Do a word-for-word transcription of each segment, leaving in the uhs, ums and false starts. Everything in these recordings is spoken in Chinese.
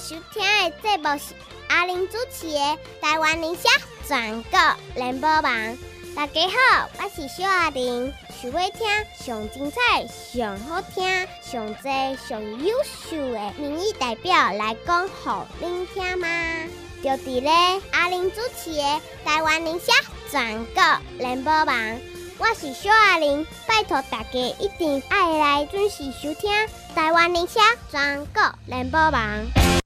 收听的节目是阿玲主持的《台湾理想全国联播网》。大家好，我是小阿玲。想要听上精彩、上好听、上多、上优秀的民意代表来讲，给您听吗？就伫咧阿玲主持的《台湾理想全国联播网》。我是小阿玲，拜托大家一定爱来准时收听台湾理想全国联播网。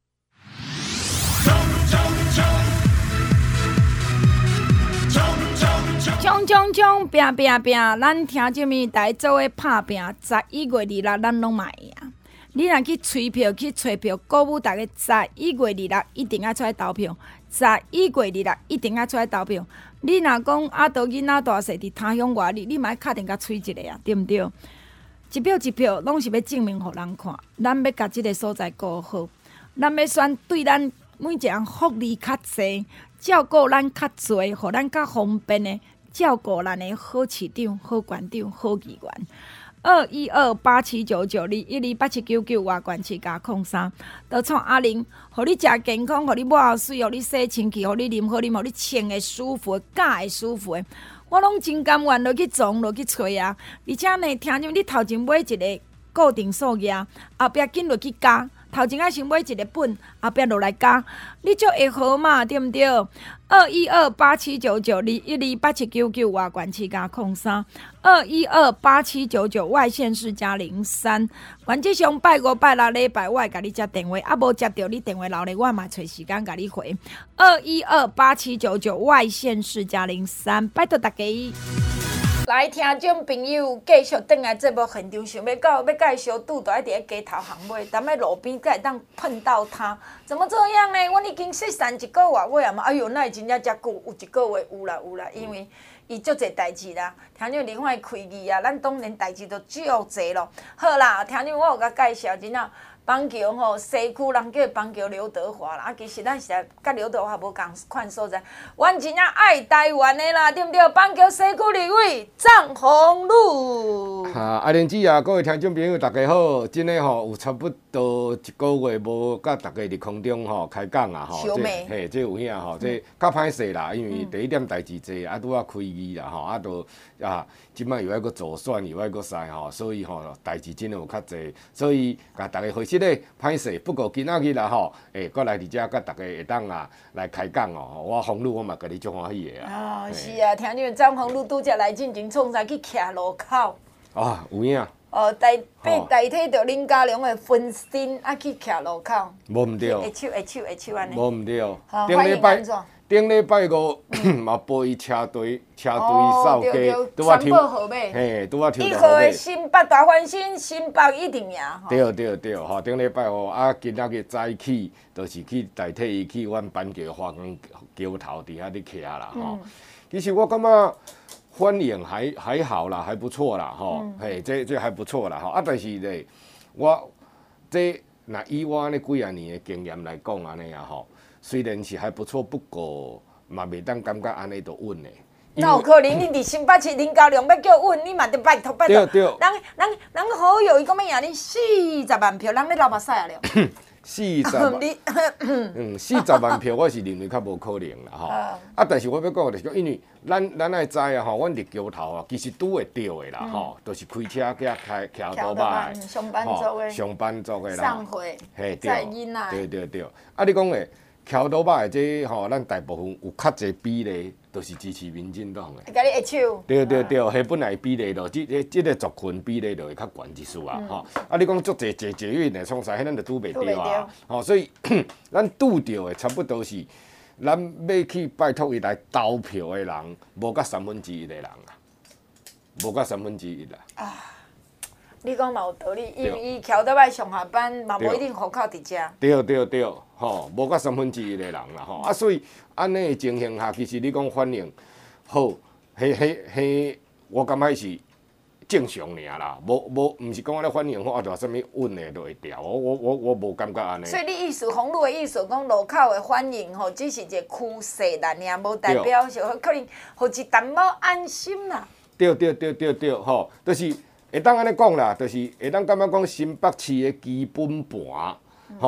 冲冲冲，拼拼拼！咱听这物大家做伙拍拼，十一月二六咱拢嘛会赢。你若去催票去找票，鼓舞大家十一月二六一定要出来投票。十一月二六一定要出来投票。你若讲啊，都囡仔大细伫他乡外里，你嘛敲定甲催一个啊，对毋对？一票一票拢是要证明互人看，咱要甲即个所在顾好，咱要选对咱每一项福利较侪，照顾咱较侪，互咱较方便的。照顾咱的好市长、好县长、好议员，二一二八七九九二一二八七九九外县市加空三，都创阿玲，互你食健康，互你抹水，互你洗清气，互你啉好啉，互你穿的舒服，教的舒服的，我拢真甘愿落去撞落去找啊！而且呢，听着你头前买一个固定数额，后壁紧落去加。头前啊先买一个本，后壁落来加，你就会好嘛，对毋对？二一二八七九九二一二八七九九外县市加空三，二一二八七九九外县市加零三。原则上拜五拜六礼拜我会甲你接电话，啊无接到你电话留咧，我嘛找时间甲你回。二一二八七九九外县市加零三，拜托大家。来，听众朋友，继续转来节目现场，想要到要甲伊相拄，就爱伫咧街头巷尾，踮咧路边，才会当碰到他。怎么这样呢？阮已经失散一个月尾啊嘛！哎哟，那真正遮久，有一个月有啦有啦，因为伊足侪代志啦。听众另外开议啊，咱当然代志都足侪咯。好啦，听众我有甲介绍，真正。邦桥吼，西区人叫邦桥刘德华啦，啊，其实咱实在甲刘德华无共款所在，阮真正爱台湾的啦，对毋对？邦桥西区立委张宏禄。 哈，阿玲姐啊，各位听众朋友，大家好，真诶吼，有差不多一个月无甲大家伫空中吼开讲啊吼， 这嘿，这有影吼，这较歹势啦，因为第一点代志济，啊拄啊开议啦吼，啊都啊，即摆又要阁助选，又要阁赛吼，所以吼代志真诶有较济，所以甲大家回。即个歹势，不过今仔日啦吼，诶，过来伫遮，甲大家会当啊来开讲哦。我宏禄我嘛，甲你足欢喜的啊。哦，是啊，听见张宏禄拄则来进前创啥去徛路口。 啊，有影。 哦，代代代替着林佳龙的分身啊去徛路口。 无毋对。 下手下手下手安尼。 无毋对。 顶礼拜。 顶礼拜五嘛陪车队车队扫街， 拄啊抽号码， 嘿，拄啊抽到号码。一号的新北大翻身，新北一定赢。 对对对，吼，顶礼拜五啊，今仔日早起，就是去代替伊去阮板桥花园桥头底下咧徛啦，吼。其实我感觉反应还还好啦，还不错啦，吼，嘿，这这还不错啦，吼。啊，但是咧，我这若以我呢几啊年的经验来讲安尼啊，吼。虽然是还不错，不过嘛袂当感觉安尼就稳嘞。 那有可能你伫新北市林佳龙要叫稳，你嘛得拜托拜托。 对对。 人人人好友伊讲要赢你四十万票，人咧流目屎啊了。 四十万。嗯，四十万票我是认为较无可能啦吼。啊，但是我要讲就是讲，因为咱咱爱知啊吼，阮伫桥头啊，其实拄会到的啦吼，就是开车遐开桥头吧。 上班族的。 上班族的啦。 上会。 嘿， 对。囡仔。 对对对。啊，你讲诶。桥头摆这吼，咱大部分有较侪比例，都是支持民进党的。 甲你下手。 对对对，迄本来比例咯，即个即个族群比例就会较悬一丝啊，吼、嗯。啊，你讲足侪坐捷运的创啥，迄咱就拄袂着啊。吼，所以咱拄着的差不多是，咱要去拜托伊来投票的人，无甲三分之一的人啊，无甲三分之一啦。啊。 你讲嘛有道理，因为伊桥倒摆上下班嘛无一定户口伫遮。 对对对，吼，无甲三分之一的人啦，吼啊，所以安尼的情形下，其实你讲反应好，迄迄迄，我感觉是正常尔啦，无无，毋是讲咧反应好啊，就啥物稳的就会调，我我我我无感觉安尼。 所以你意思，宏禄的意思讲路口的反应吼，只是一个趋势啦，尔无代表是可能互一淡薄安心啦。 对对对对对，吼，就是。会当安尼讲啦，就是会当感觉讲新北市的基本盘，吼、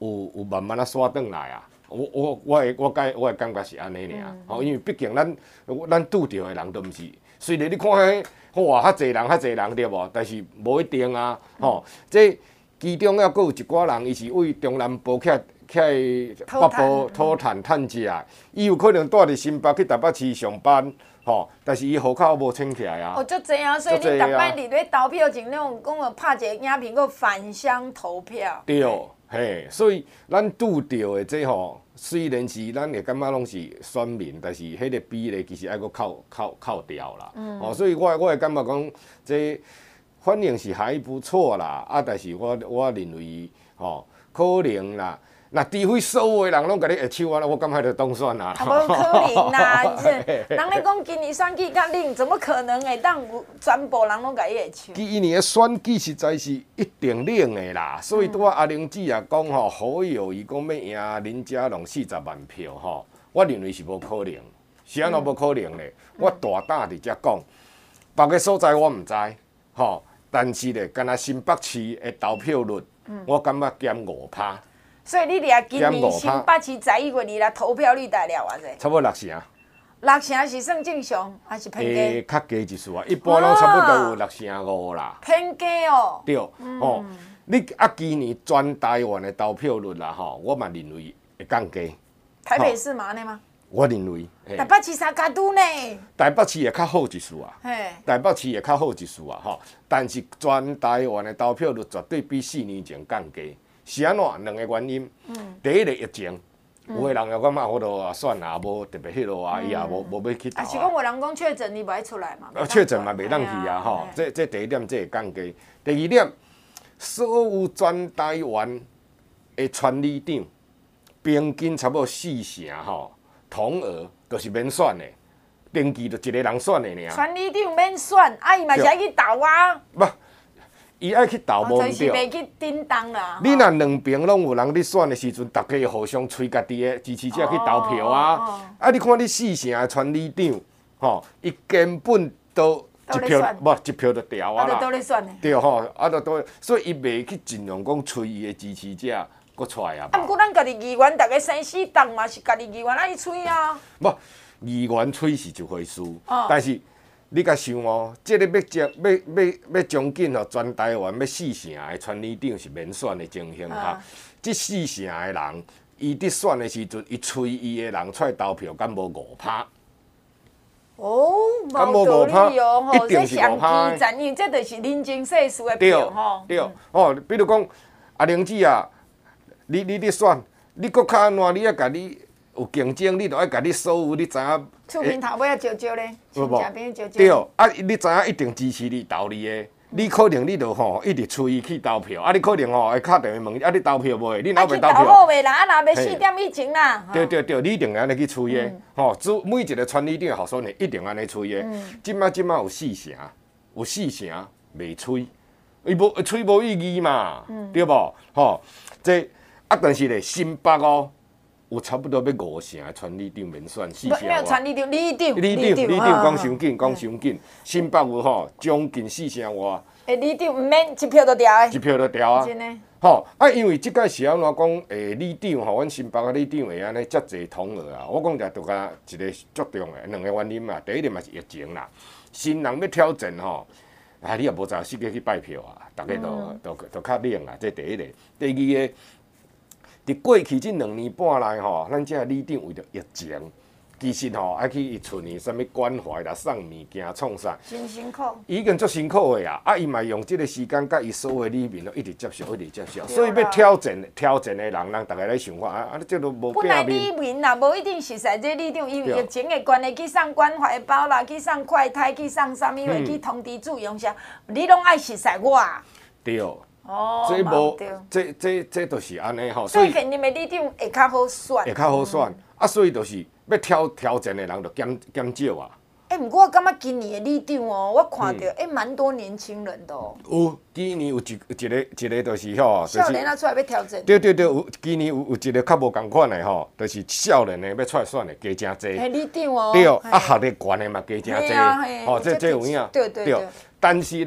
有有慢慢啊刷转来啊。我我我的我感我的感觉是安尼尔，吼、嗯，因为毕竟咱咱拄着的人都毋是，虽然你看迄哇较济人较济人对无，但是无一定啊，吼、嗯，这其中还佫有一寡人，伊是为中南部起来起来北部讨趁趁食，伊有可能住伫新北去台北市上班，吼，但是伊户口无迁起来啊。 哦，足济啊，所以你逐摆伫咧投票前，那种讲个拍一个影片，个返乡投票。 对。嘿，所以咱拄着的这吼，虽然是咱会感觉拢是选民，但是迄个比例其实爱佫扣扣扣掉啦。嗯、哦，所以我我会感觉讲，这反应是还不错啦。啊，但是我我认为吼、哦，可能啦。那除非所有的人拢甲你下手啊，我感觉就当选啦。 啊，无可能啦！人咧讲今年选举较冷，怎么可能会当有全部人拢甲伊下手？ 今年的选举实在是一定冷的啦，所以拄啊阿玲姊也讲吼，好友伊讲要赢林佳龙四十万票吼，我认为是无可能，是安怎无可能咧？我大胆伫遮讲，别个所在我毋知吼，但是咧，敢若新北市的投票率，我感觉减五趴。 所以你掠今年新北市十一月二日投票率大了偌济？ 差不多六成。 六成是算正常，还是偏低？ 诶，较加一丝啊，一般拢差不多有六成五啦。 偏低哦。 对，嗯、哦，你啊，今年全台湾的投票率啦，吼，我嘛认为会降低。 台北市嘛，安尼吗？ 我认为。 台北市三甲都呢？ 台北市会较好一丝啊。 嘿。 台北市会较好一丝啊，吼，但是全台湾的投票率绝对比四年前降低。是安怎？两个原因。嗯、第一个疫情，嗯、有的人又感觉我都啊算啊，无特别迄落啊，伊也无无要去投啊。 啊，是讲有人讲确诊，你袂出来嘛？ 啊，确诊嘛袂当去啊，吼。这这第一点，这会降低。第二点，所有全台湾的村里长，平均差不多四成吼，同额就是免选的，登记就一个人选的尔。 村里长免选，啊伊嘛是爱去投啊。 不。伊爱去投无毋对， 就是袂去叮当啦。 你若两边拢有人咧选的时阵，大家互相催家己的支持者去投票啊。哦哦、啊，你看你四成的村里长，吼，伊根本都一票，无一票就掉啊啦。 啊，都咧选的。 对吼，啊，都都，所以伊袂去尽量讲催伊的支持者搁出来啊。 啊，毋过咱家己议员，逐个生死党嘛是家己议员爱催啊。 无，议员催是一回事，哦、但是。你甲想哦，即、這個要将要要要将近吼，全台湾要四成的村里长是免选的情形下，即、啊、四成的人，伊伫选的时阵，伊催伊的人出来投票，敢无五趴？ 哦， 敢无五趴？ 一定是五趴。因为这就是人情世事的票吼。 对，哦，比如讲阿玲姊啊，你你咧选，你搁较安怎？你要甲你有竞争，你著爱甲你所有你知影。 厝边头尾啊，招招咧，亲戚边招招。 对，啊，你知影一定支持你投你的，你可能你著吼一直催伊去投票，啊，你可能吼会敲电话问，啊，你投票无？你哪袂投票？ 啊，去投好未啦？啊，若要四点以前啦。 对对对，你一定安尼去催的，吼，只每一个村里长候选人一定安尼催的。即摆即摆有四成，有四成袂催，伊无催无意义嘛，对无？吼，这啊，但是咧新北哦。有差不多要五成的村里长免选，四成没有村里长，里长， 里长，里长讲伤紧，讲伤紧。新北有吼将近四成外。 诶，里长毋免一票就调的。 一票就调啊。 真的。 吼啊，因为即届是安怎讲？诶，里长吼，阮新北个里长会安尼遮济同额啊。我讲就拄甲一个足重的两个原因嘛。第一点嘛是疫情啦，新人要挑战吼，啊，你也无早四个去拜票啊，大家都都都较冷啊。这第一个，第二个。伫过去即两年半来吼，咱遮里长为着疫情，其實吼愛去厝裡啥物關懷啦、送物件、創啥， 真辛苦， 已經足辛苦的啊！啊，伊嘛用即個時間，甲伊所有的里民都一直接受，一直接受，所以要挑戰挑戰的人，人逐個咧想法啊，啊，即都無變面。 本來里民啦，無一定熟悉這里長，因為疫情的關係，去送關懷包啦，去送快篩，去送啥物話，去通知主用啥，你攏愛熟悉我啊。 對。 哦， 這無，這這這就是安尼吼。 所以現任的里長會較好選。 會較好選，啊，所以就是要挑挑戰的人就減減少啊。 誒，不過我感覺今年的里長哦，我看到誒蠻多年輕人的哦。 有，今年有一一個一個就是吼， 少年啊出來要挑戰。 對對對，有今年有有一個較無共款的吼，就是少年的要出來選的加真濟。 係里長哦。 對，啊學歷懸的嘛加真濟，吼，這這有影。 對對對。 但是咧。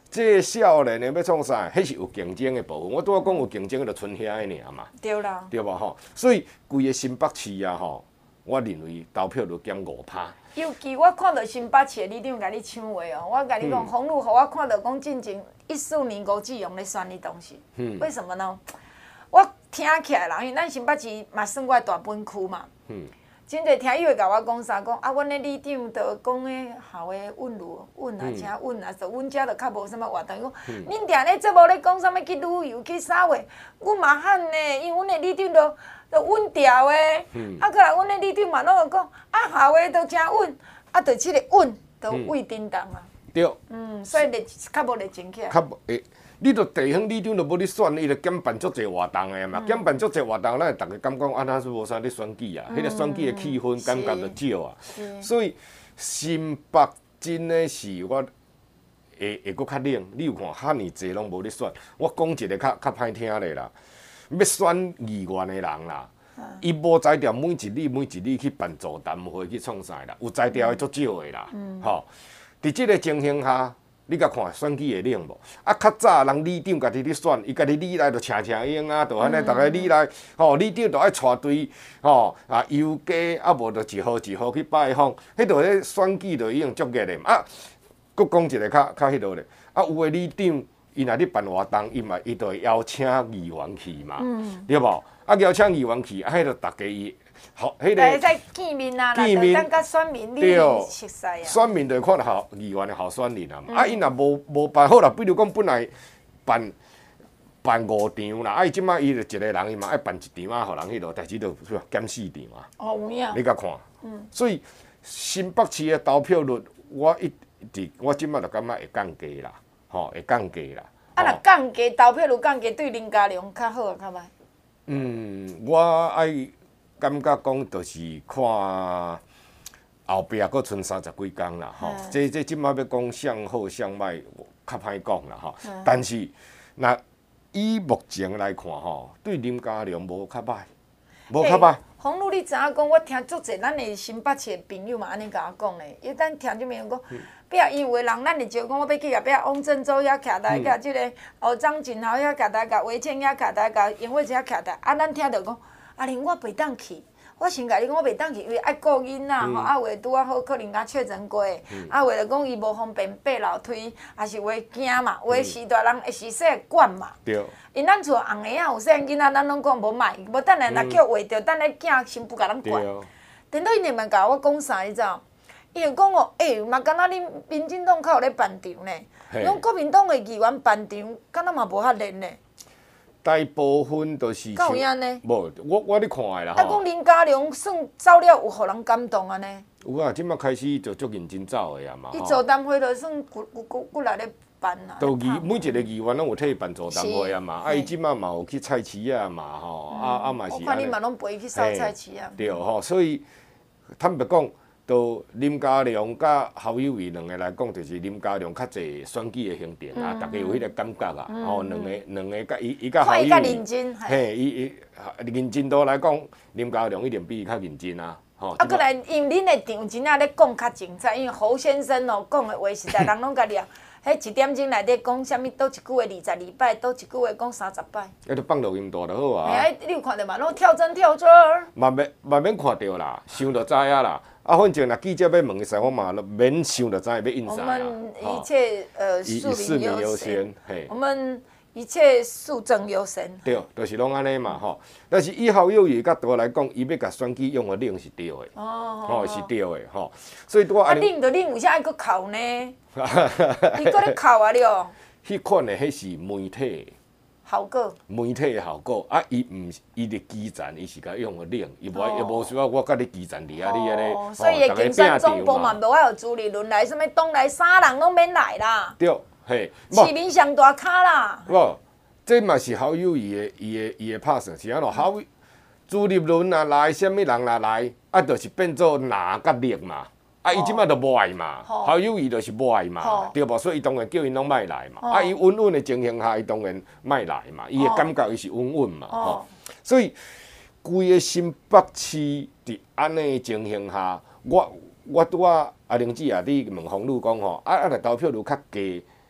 这个少年的要创啥？迄是有竞争的部分。我拄仔讲有竞争，就剩遐个尔嘛。 对啦。 对无吼？所以规个新北市啊吼，我认为投票就减五趴。 尤其我看到新北市的里长甲你抢话哦，我甲你讲，洪路互我看到讲进前一四年吴志勇咧选你东西，嗯、为什么呢？我听起来啦，因为咱新北市嘛算我的大本区嘛。嗯真侪听伊会甲我讲啥？讲啊，阮的里长着讲诶，校诶稳路稳啊，诚稳啊，所以阮遮着较无啥物活动。伊讲，恁定咧节目咧讲啥物去旅游去啥货？阮嘛喊呢，因为阮的里长着着稳调诶。啊，过来阮的里长嘛拢会讲，啊，校诶着诚稳，啊，着即个稳，着位叮当啊。 对。 嗯，所以热较无热情起来。 较无诶。你著地方里长著要你选，伊著减办足侪活动诶嘛，减办足侪活动，咱逐个感觉啊，咱是无啥咧选举啊，迄个选举诶气氛感觉著少啊。所以新北真诶是我会会搁较冷。你有看遐尼济拢无咧选，我讲一个较较歹听咧啦，要选议员诶人啦，伊无才调每一里每一里去办座谈会去创啥啦，有才调诶足少诶啦，吼。伫即个情形下。你甲看选举会冷无？啊，较早人里长家己咧选，伊家己里来就请请用啊，就安尼，逐个里来，吼，里长就爱带队，吼啊游街，啊无就一号一号去拜访，迄度咧选举就已经足热咧。啊，搁讲一个较较迄落咧，啊有诶里长，伊若咧办活动，伊嘛伊就会邀请议员去嘛，嗯、对无？啊邀请议员去，啊迄个逐家伊。好，迄个会使见面啊，见面，等甲选民你熟悉啊。 选民就看候议员的候选人啊，啊，伊若无无办好啦，比如讲本来办办五场啦，啊，伊即摆伊就一个人伊嘛爱办一场啊，互人迄落，代志就减四场啊。 哦，有影。 你甲看，嗯，所以新北市的投票率，我一直我即摆就感觉会降低啦，吼，会降低啦。 啊，若降低投票率降低，对林佳龙较好啊，较歹。 嗯，我爱。感觉讲，就是看后壁佫剩三十几工啦，吼。这这即摆要讲向好向歹，较歹讲啦，吼。但是，若以目前来看，吼，对林佳龙无较歹，无较歹。 洪路，你知影讲？我听足侪咱的新北市的朋友嘛，安尼甲我讲咧。伊咱听即面讲，壁伊有个人，咱会招讲，我要去甲壁汪振洲遐徛台，甲即个哦张锦豪遐徛台，甲韦倩遐徛台，甲杨惠姐遐徛台。啊，咱听着讲。阿玲，我袂当去，我先甲你讲，我袂当去，因为爱顾囡仔吼，啊话拄啊好，可能甲确诊过，啊话着讲伊无方便爬楼梯，也是话惊嘛，话时大人会时势管嘛。对。因咱厝红个仔有细囡仔，咱拢讲无卖，无等下若叫话着，等下囝新妇甲咱管。等到因连问甲我讲啥，你知道？伊就讲哦，诶，嘛敢若恁民进党较有咧办场呢，拢国民党的议员办场，敢若嘛无遐热呢。 大部分都是像， 无我我咧看的啦。 啊，讲林佳龙算走了，有互人感动安尼。 有啊，即摆开始就足认真走的啊嘛。 伊座谈会就算骨骨骨骨来咧办啊。 都议每一个议员拢有替伊办座谈会啊嘛，啊伊即摆嘛有去菜市啊嘛吼，啊啊嘛是。 我看你嘛拢陪伊去扫菜市啊。 对吼，所以坦白讲。都林佳龙甲侯友宜两个来讲，就是林佳龙较侪选举的行程啊，大家有迄个感觉啊。吼，两个两个甲伊伊甲侯友宜，嘿，伊伊认真度来讲，林佳龙一定比伊较认真啊。吼。 啊，过来，因为恁的场真正咧讲较精彩，因为侯先生哦讲的话实在人拢甲念。迄一点钟内底讲啥物？倒一句话二十二摆，倒一句话讲三十摆。 迄就放录音带就好啊。 哎，你有看到嘛？拢跳针跳针。 嘛免嘛免看到啦，想就知影啦。啊，反正若记者要问的时候，我嘛免想就知要应啥啦。 我们一切呃， 市民优先，嘿。 我们一切素正优先。 对，就是拢安尼嘛吼。但是以后友谊角度来讲，伊要甲选举用的令是对的，哦，吼是对的吼。所以拄啊，令就令，为啥爱搁哭呢？伊搁咧哭啊了。 迄款的迄是媒体。 效果， 媒体的效果啊，伊毋是伊的基层，伊是甲用个冷，伊无伊无需要我甲你基层伫遐你安尼， 哦，所以竞选总部嘛，无爱有朱立伦来，什物党内三人拢免来啦。 对，嘿， 市民上大卡啦。 无，这嘛是好友伊的伊的伊的拍算，是安怎好朱立伦啊来，什物人啊来，啊，就是变做哪甲力嘛。啊，伊即摆就无爱嘛，好友伊就是无爱嘛，对无？所以伊当然叫因拢莫来嘛。啊，伊稳稳的情形下，伊当然莫来嘛。伊的感觉伊是稳稳嘛，吼。所以规个新北市伫安尼的情形下，我我拄仔阿玲姐啊，你问洪路讲吼，啊啊，若投票率较低，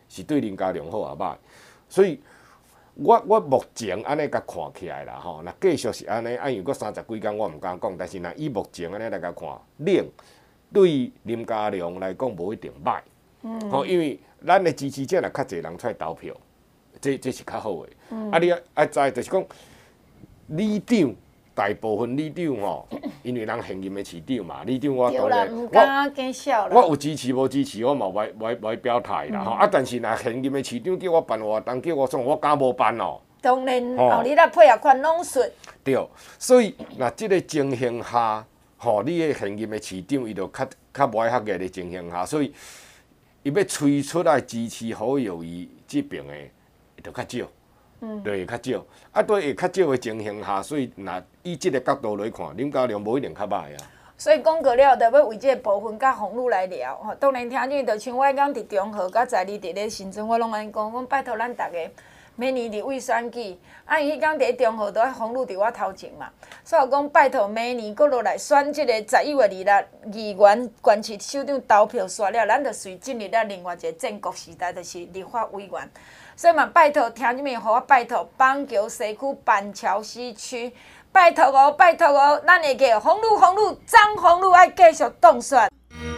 是对林佳龙好也歹。所以我我目前安尼甲看起来啦吼，若继续是安尼，啊，因为佫三十几工我毋敢讲，但是若以目前安尼来甲看，冷对林佳龙来讲无一定歹。嗯。吼，因为咱的支持者若较侪人出来投票，这这是较好的。嗯。啊，你爱知就是讲，里长大部分里长吼，因为人现任的市长嘛，里长我当然我我有支持无支持，我嘛袂袂袂表态啦吼。嗯、啊，但是若现任的市长叫我办活动，叫我创，我敢无办哦。 当然，后日来配合款拢顺。 对，所以若即个情形下，吼，你的现任的市长伊就较较无爱合个的情形下，所以伊要推出来支持侯友宜这边的，就较少，嗯，就会较少。啊，对会较少的情形下，所以若以即个角度来看，林佳龙无一定较歹啊。 所以讲过了，就要为即个部分甲洪武来聊吼。当然，听见就像我讲伫中和，甲在你伫咧新村，我拢安尼讲，讲拜托咱逐个。明年立委选举，啊，伊迄讲伫中和，都爱洪武伫我头前嘛，所以讲拜托明年搁落来选即个十一月二日议员、县市首长投票煞了，咱就随进入咱另外一个建国时代，就是立法委员。所以嘛，拜托听即面，互我拜托板桥西区板桥西区，拜托哦，拜托哦，咱会叫洪武、洪武、张洪武爱继续当选。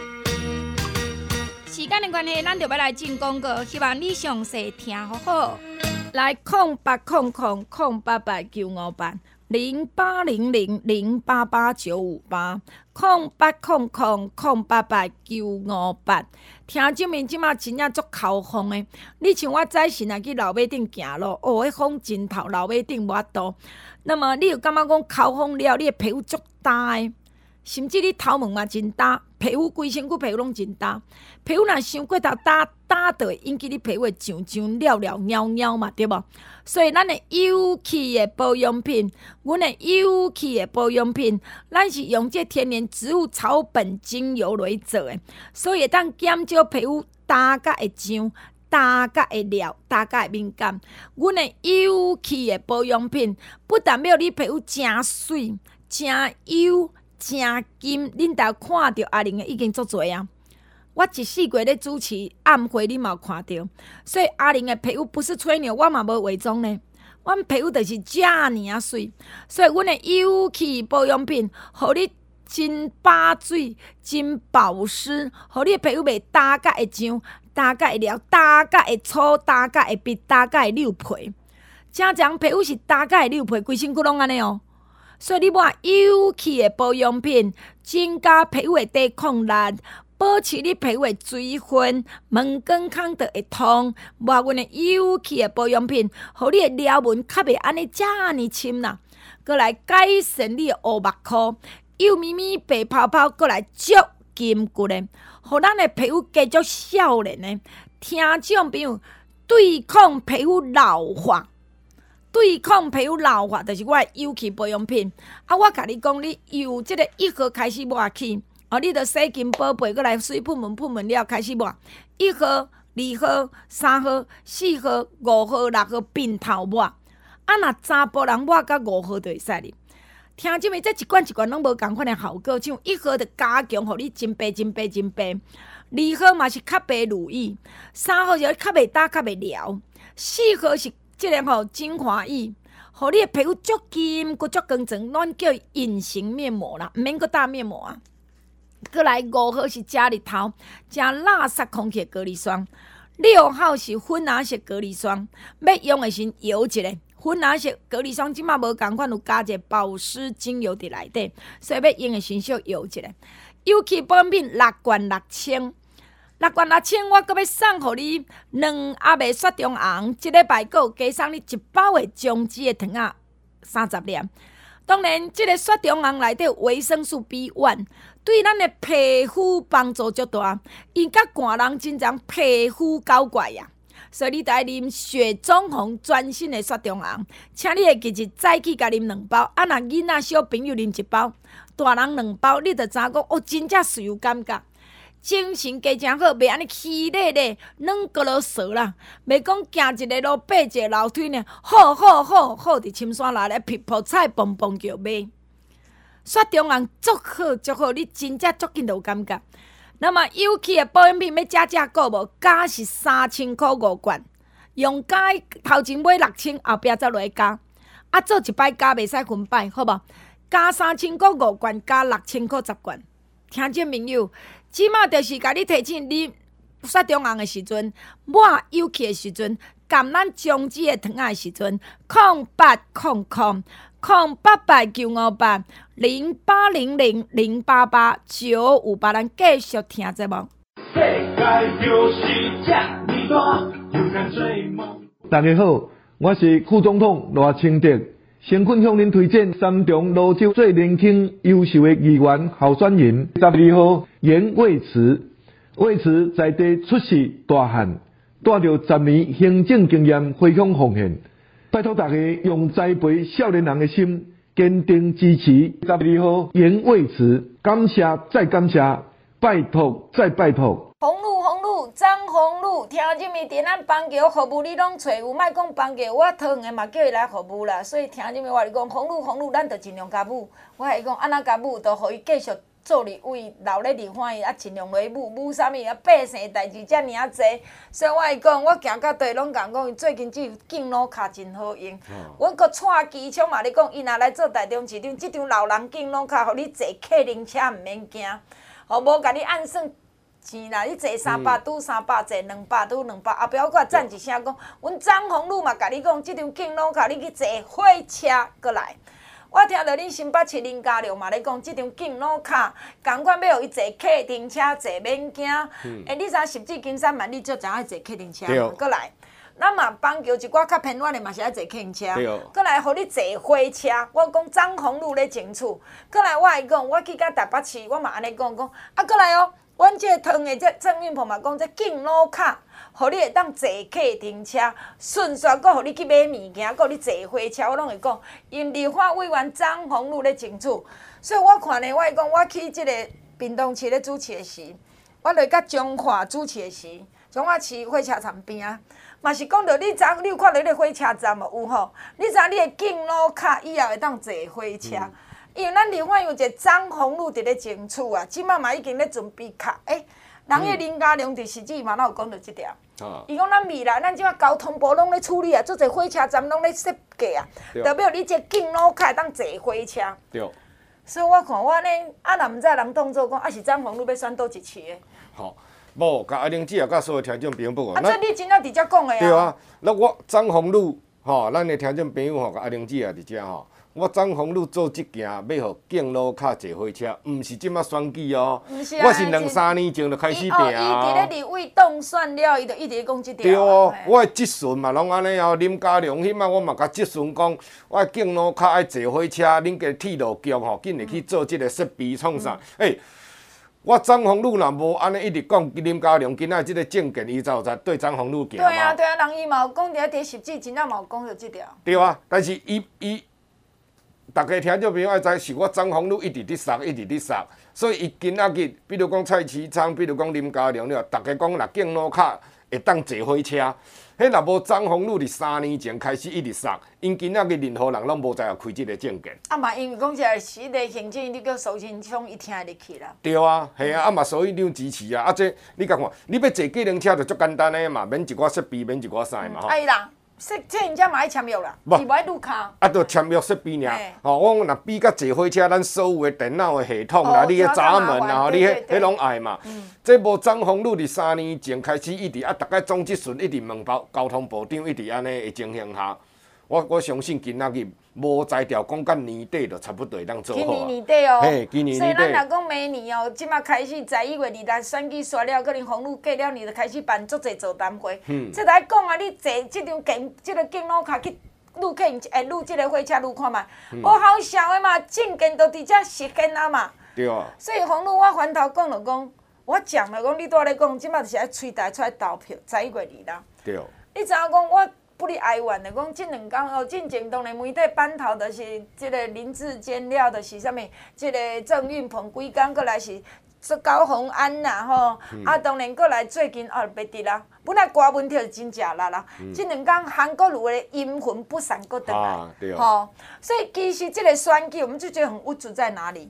时间的关系，咱就要来进广告，希望你详细听好好。来空八空空空八八九五八零八零零零八八九五八空八空空空八八九五八，听这面即马真正足口风的。你像我早时若去楼尾顶行路，哦，迄风真透，楼尾顶无法度。那么你有感觉讲口风了，你的皮肤足干的，甚至你头毛嘛真干，皮肤规身躯皮肤拢真干。皮肤若伤过头干，干就会引起你皮肤痒痒、了了、痒痒嘛，对无？所以咱的有机的保养品，阮的有机的保养品，咱是用这天然植物草本精油来做的，所以会当减少皮肤干甲会痒、干甲会了、干甲会敏感。阮的有机的保养品，不但要你皮肤真水、真油、真金，恁大看到阿玲的已经足侪啊！我一四月咧主持暗会，你嘛有看到，所以阿玲的皮肤不是吹牛，我嘛无伪装呢。阮皮肤就是遮尔啊水，所以阮的有机保养品，互你真把水、真保湿，互你的皮肤袂干甲会痒、干甲会了、干甲会粗、干甲会闭、干甲会溜皮。正常皮肤是干甲会溜皮，规身躯拢安尼哦。所以你买有机的保养品，增加皮肤的抵抗力。保持你皮肤的水分，门根康就会通。抹阮的有机的保养品，互你的撩纹较袂安尼遮尔深啦。过来改善你的乌目箍，幼咪咪白泡泡，过来足筋骨的，互咱的皮肤继续少年的。听众朋友，对抗皮肤老化，对抗皮肤老化，就是我的有机保养品。啊，我甲你讲，你由即个一号开始抹起。哦，你着洗金宝贝，过来水喷门喷门了，开始抹一号、二号、三号、四号、五号、六号并头抹。啊，若查甫人抹到五号就会使哩。听即面，这一罐一罐拢无共款的效果，像一号就加强，互你真白、真白、真白；二号嘛是较白如意，三号就较袂打、较袂撩，四号是即个吼精华液，互你的皮肤足金、骨足光泽，咱叫隐形面膜啦，毋免阁打面膜啊。过来五号是遮日头，遮垃圾空气的隔离霜；六号是粉红色隔离霜，要用的时摇一下。粉红色隔离霜即马无共款，有加一个保湿精油伫内底，所以要用的时小摇一下。有机保养品六罐六千，六罐六千，我阁要送互你两阿妹雪中红，一礼拜有加送你一包的姜子的糖仔三十粒。当然，即、这个雪中红内底有维生素 B 一， 对咱的皮肤帮助足大。因甲寒人真常皮肤搞怪呀，所以你得啉雪中红专心的雪中红，请你会记住早起甲啉两包，啊，若囡仔小朋友啉一包，大人两包，你就知影讲哦，真正是有感觉。精神加诚好，袂安尼气咧咧，软骨落趖啦。袂讲行一个路，爬一个楼梯呢，好好好好伫深山内咧，皮泡菜蹦蹦叫买。雪中红足好足好，你真正足紧就有感觉。 那么有气的保养品要加价购无？加是三千块五罐，用加头前买六千，后壁再落加。啊，做一摆加袂使分摆，好无？加三千块五罐，加六千块十罐。听众朋友，即马就是甲你提醒你雪中红的时阵，抹有气的时阵，含咱姜子的糖的时阵，空八空空空八八九五八零八零零零八八九五八，咱继续听节目。 大家好，我是副总统罗清德，先kun向您推荐三重泸州最年轻优秀的议员候选人。十二号严卫慈，卫慈在地出世大汉，带着十年行政经验回乡奉献。拜托大家用栽培少年人的心，坚定支持。十二号严卫慈，感谢再感谢，拜托再拜托。 红路红路张红路，听入面伫咱邦桥服务你拢找有，莫讲邦桥，我桃园的嘛叫伊来服务啦。所以听入面我是讲红路红路，咱就尽量甲舞。我系讲安那甲舞，就互伊继续做立委，留咧立法院，啊尽量落舞，舞啥物啊百姓代志遮尔啊济。所以我会讲，我行到地拢讲讲，伊最近只有敬老卡真好用。哦、阮搁蔡机枪嘛咧讲，伊若来做台中市长，即张老人敬老卡，互你坐客灵车毋免惊，吼无甲你按算。钱啦，你坐三百拄三百，坐两百拄两百，后壁我搁赞一声讲，阮张宏路嘛，甲你讲，即张敬老卡你去坐火车过来。我听到恁新北市林佳龙嘛咧讲，即张敬老卡，共款要互伊坐客停车，坐免惊。诶、嗯欸，你知十至金山万，你就知影坐客停车过来。咱嘛邦桥一寡较偏远的嘛是爱坐客停车，过来互你坐火车。我讲张宏路咧争取，过来我会讲，我去到台北市，我嘛安尼讲讲，啊过来哦。阮即个汤的这郑运鹏嘛讲，这敬老卡，互你会当坐客停车，顺续阁互你去买物件，阁互你坐火车，我拢会讲。因立法委员张宏路咧争取，所以我看咧，我会讲，我去即个屏东市咧主持的时，我落甲彰化主持的时，彰化市火车站边啊，嘛是讲着你知影，你有看到迄个火车站无有吼？你知影你的敬老卡以后会当坐火车？嗯因为咱立法有一个张宏路伫咧争取啊，即摆嘛已经咧准备卡。诶、欸，人迄林佳龙伫实际嘛，哪有讲到即条？伊讲咱未来，咱即摆交通部拢咧处理啊，做者火车站拢咧设计啊，代表你这敬老卡当坐火车。对。所以我看我呢，啊，若毋知人当做讲，啊是张宏路要选倒一区的。好， 无，甲阿玲姐也甲所有听众朋友报告。 啊，这你真正直接讲的啊。 对啊，那我张宏路，吼，咱的听众朋友吼，甲阿玲姐也伫遮吼。我张宏路做即件，要互敬老卡坐火车，毋是即马选举哦， 是啊、 我是两三年前就开始拼啊。 伊伫咧立委当选了，伊就一直讲即条。 对哦，我的质询嘛拢安尼哦，林佳龙迄摆我嘛甲质询讲，我敬老卡爱坐火车，恁个铁路局吼，紧来去做即个设备创啥？诶、嗯欸，我张宏路若无安尼一直讲林佳龙，今仔即个政见，伊才有在对张宏路行嘛。 对啊，对啊，人伊嘛有讲伫第十几，真正嘛有讲着即条。 对啊，但是伊伊。大家听众朋友爱知，是我张宏路一直伫杀，一直伫杀，所以伊今仔日，比如讲蔡其昌，比如讲林佳龙了，大家讲若敬老卡会当坐火车，迄若无张宏路伫三年前开始一直杀，因今仔日任何人拢无在开即个政见。 啊嘛，因为讲一是迄个行政，你叫苏清昌，伊听得入去啦。 对啊，系啊，啊嘛，所以你支持啊，啊这你甲看，你要坐计程车就足简单诶嘛，免一寡设备，免一寡啥嘛吼。 哎啦。说这人家嘛爱签约啦，是无爱录卡。 啊，着签约设备尔。吼，我若比较坐火车，咱所有的电脑的系统啦，你个闸门啊，你迄迄拢爱嘛。这无张宏路伫三年前开始一直啊，逐个总质询一直问交交通部长，一直安尼的情形下，我我相信今仔日无才调讲到年底就差不多会当做好啊。 今年年底哦， 嘿，今年年底。 所以咱若讲明年哦，即马开始十一月二日选举刷了，可能宏路过了，你就开始办足侪座谈会。嗯。这来讲啊，你坐即张敬即个敬老卡去录客诶，录即个火车录看卖，无好笑的嘛，证件都伫遮实现啊嘛。 对啊。 所以宏路我翻头讲就讲，我讲了讲，你拄咧讲，即马就是爱催大家出来投票，十一月二日。 对。 你知影讲我？不哩哀怨的讲，即两天哦，进前当然媒体版头就是即个林志坚了，就是啥物，即个郑运鹏几工过来是高虹安啦吼，嗯、啊当然过来最近哦别得啦，本来歌文条是真正啦啦，即、嗯、两天韩国瑜的阴魂不散过倒来，吼、啊，所以其实即个选举我们就觉得很无助在哪里？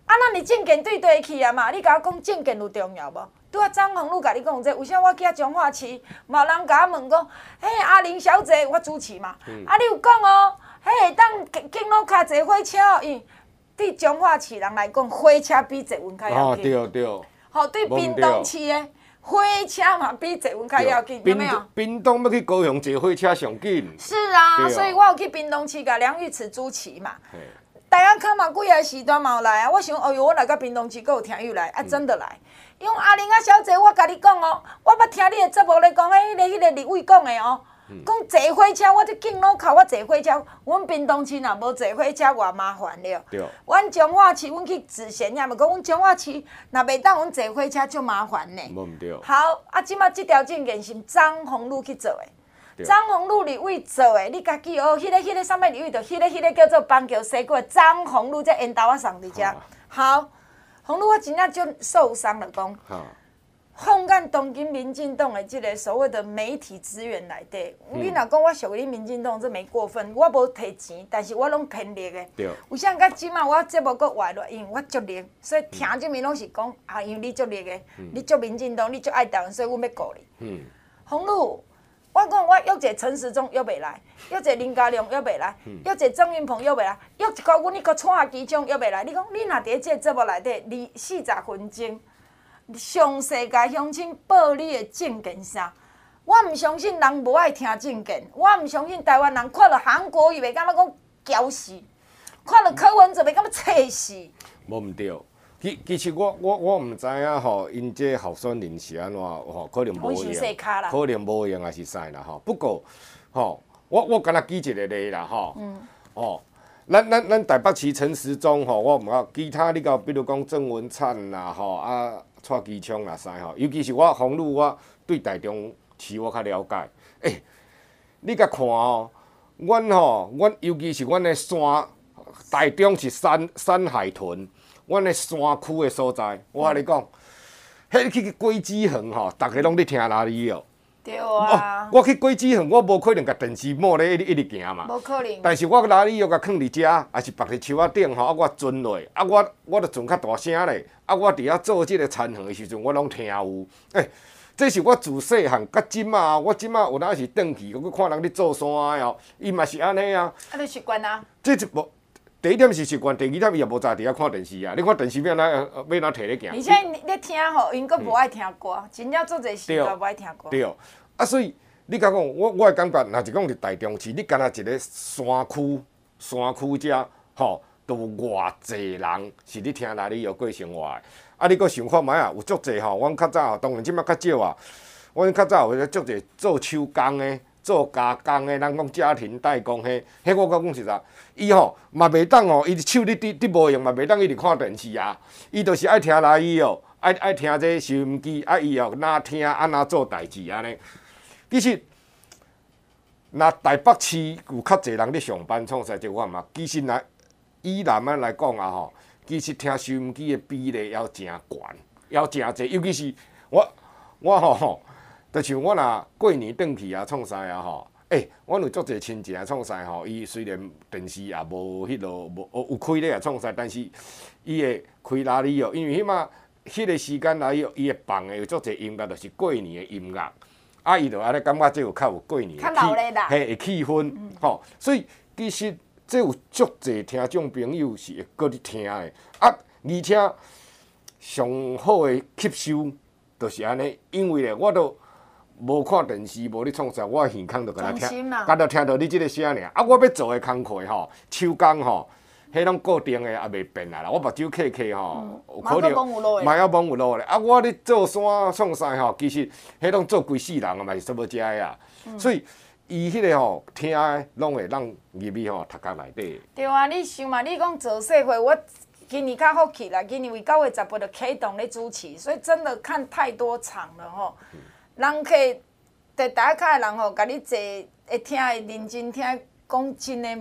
啊，咱哩证件对对去啊嘛，你甲我讲证件有重要无？拄啊，张宏宇甲你讲这，为啥我去啊彰化市，嘛有人甲我问讲，嘿，阿玲小姐，我主持嘛，嗯、啊，你有讲哦，嘿，当经路卡坐火车哦，因对彰化市人来讲，火车比坐云较要紧。 哦，对对。 吼，对屏东市的火车嘛比坐云较要紧，有没有？ 屏东要去高雄坐火车上紧。 是啊，所以我有去屏东市甲梁玉慈主持嘛。大家看嘛，几个时段嘛有来啊！我想，哎呦，我来到屏东市，阁有听友来，啊，真的来。因为阿玲啊小姐，我甲你讲哦，我捌听你的节目咧讲，诶，迄个迄个立委讲的哦，讲坐火车，我这敬路口我坐火车，阮屏东市若无坐火车，偌麻烦了。 对。 阮彰化市，阮去自贤也，嘛讲阮彰化市若袂当阮坐火车，足麻烦呢。 无毋对。 好，啊，即马即条证件是张宏宇去做的。张宏宇立委做的，你家己哦，迄、那个、迄、那个什么立委，就迄、那个、迄、那个叫做邦桥西过张宏宇，这烟头我送伫遮。好，宏宇我真正就受伤了，讲，放咱当今民进党的这个所谓的媒体资源内底，嗯、你若讲我属于民进党，这没过分，我无摕钱，但是我拢偏力的。对。为啥到即马我节目阁活落？因为我足力，所以听这面拢是讲啊，因为你足力的，嗯、你足民进党，你足爱台湾，所以阮要顾你。嗯。宏宇。我讲我约一个陈时中约袂来，约一个林佳龙约袂来，约一个郑运鹏约袂来，约一个阮迄个蔡其昌约袂来。你讲你若伫即个节目内底二四十分钟，详细甲乡亲报你的证件啥？我毋相信人无爱听证件，我毋相信台湾人看了韩国瑜袂感觉讲骄死，看了柯文哲袂感觉气死。 无毋对。其其实我我我毋知影吼，因这候选人是安怎吼，可能无用，可能无用还是啥啦吼。不过吼，我我敢若举一个例啦吼，嗯、哦，咱咱咱台北市陈时中吼，我毋晓其他你讲，比如讲郑文灿啦吼，啊蔡其昌啦啥吼，尤其是我宏宇，我对台中市我较了解。诶、欸，你甲看哦，阮吼，阮尤其是阮的山，台中是山山海屯。阮的山区的所在，我甲你讲，迄去果子园吼，逐个拢伫听哪里哦。 对啊。 我去果子园，我无可能甲电视幕咧一直一直行嘛。 无可能。 但是我哪里要甲囥伫遮，还是绑伫树仔顶吼，啊我蹲落，啊我我着存较大声咧，啊我伫遐做即个田园的时阵，我拢听有。诶、欸，这是我自细汉甲即马，我即马有当是转去，我看人咧做山的哦，伊嘛是安尼啊。 啊，你习惯啊？ 这是无。第一點是習慣，第二點伊也無在佇遐看電視啊！你看電視要哪要哪摕咧行？ 而且你聽吼，因佫無愛聽歌，真正做者時段無愛聽歌。 對，啊，所以你甲講，我我會感覺，若是講佇台中市，你敢若一個山區，山區遮吼，都有偌濟人是咧聽哪裡有過生活的。啊，你佫想看覓啊，有足濟吼，阮較早當然即擺較少啊，阮較早有咧足濟做手工的。做加工的，人讲家庭代工迄，迄我甲講實在，伊吼嘛袂當吼，伊手你滴滴無用嘛，袂當一直看電視啊。伊就是愛聽來伊哦，愛愛聽這收音機，啊伊哦哪聽啊哪做代志安尼。其實，若台北市有較濟人咧上班創啥這款嘛，其實若以南啊來講啊吼，其實聽收音機的比例要誠懸，要誠濟，尤其是我我吼吼。就像我若過年轉去啊，創啥啊吼？誒、欸，阮有足濟親戚啊，創啥吼？伊雖然電視也無迄落無有開咧啊，創啥，但是伊會開哪裡哦？因為迄馬迄個時間來哦，伊會放的有足濟音樂，就是過年的音樂。啊，伊就安尼感覺這有較有過年的氣，嘿，會氣氛吼、嗯。所以其實這有足濟聽眾朋友是會過嚟聽的。啊，而且上好的吸收就是安尼，因為咧我都。無看電視，無咧創啥，我耳孔就甲他聽，甲他聽到你即個聲爾。啊，我要做嘅工課吼，手工吼，迄種固定嘅也袂變啊啦。我目睭刻刻吼，有可能嘛要摸有路咧。啊，我咧做山創啥吼，其實迄種做規世人啊嘛是差不多遮啊。所以伊迄個吼聽誒，攏會讓入去吼讀殼內底。 對啊，你想嘛，你講做社會，我今年較好去啦，今年為九月十八就啟動咧主持，所以真的看太多場了吼。嗯人客在大家的人吼，甲你坐會聽會認真聽，講真誒嘛，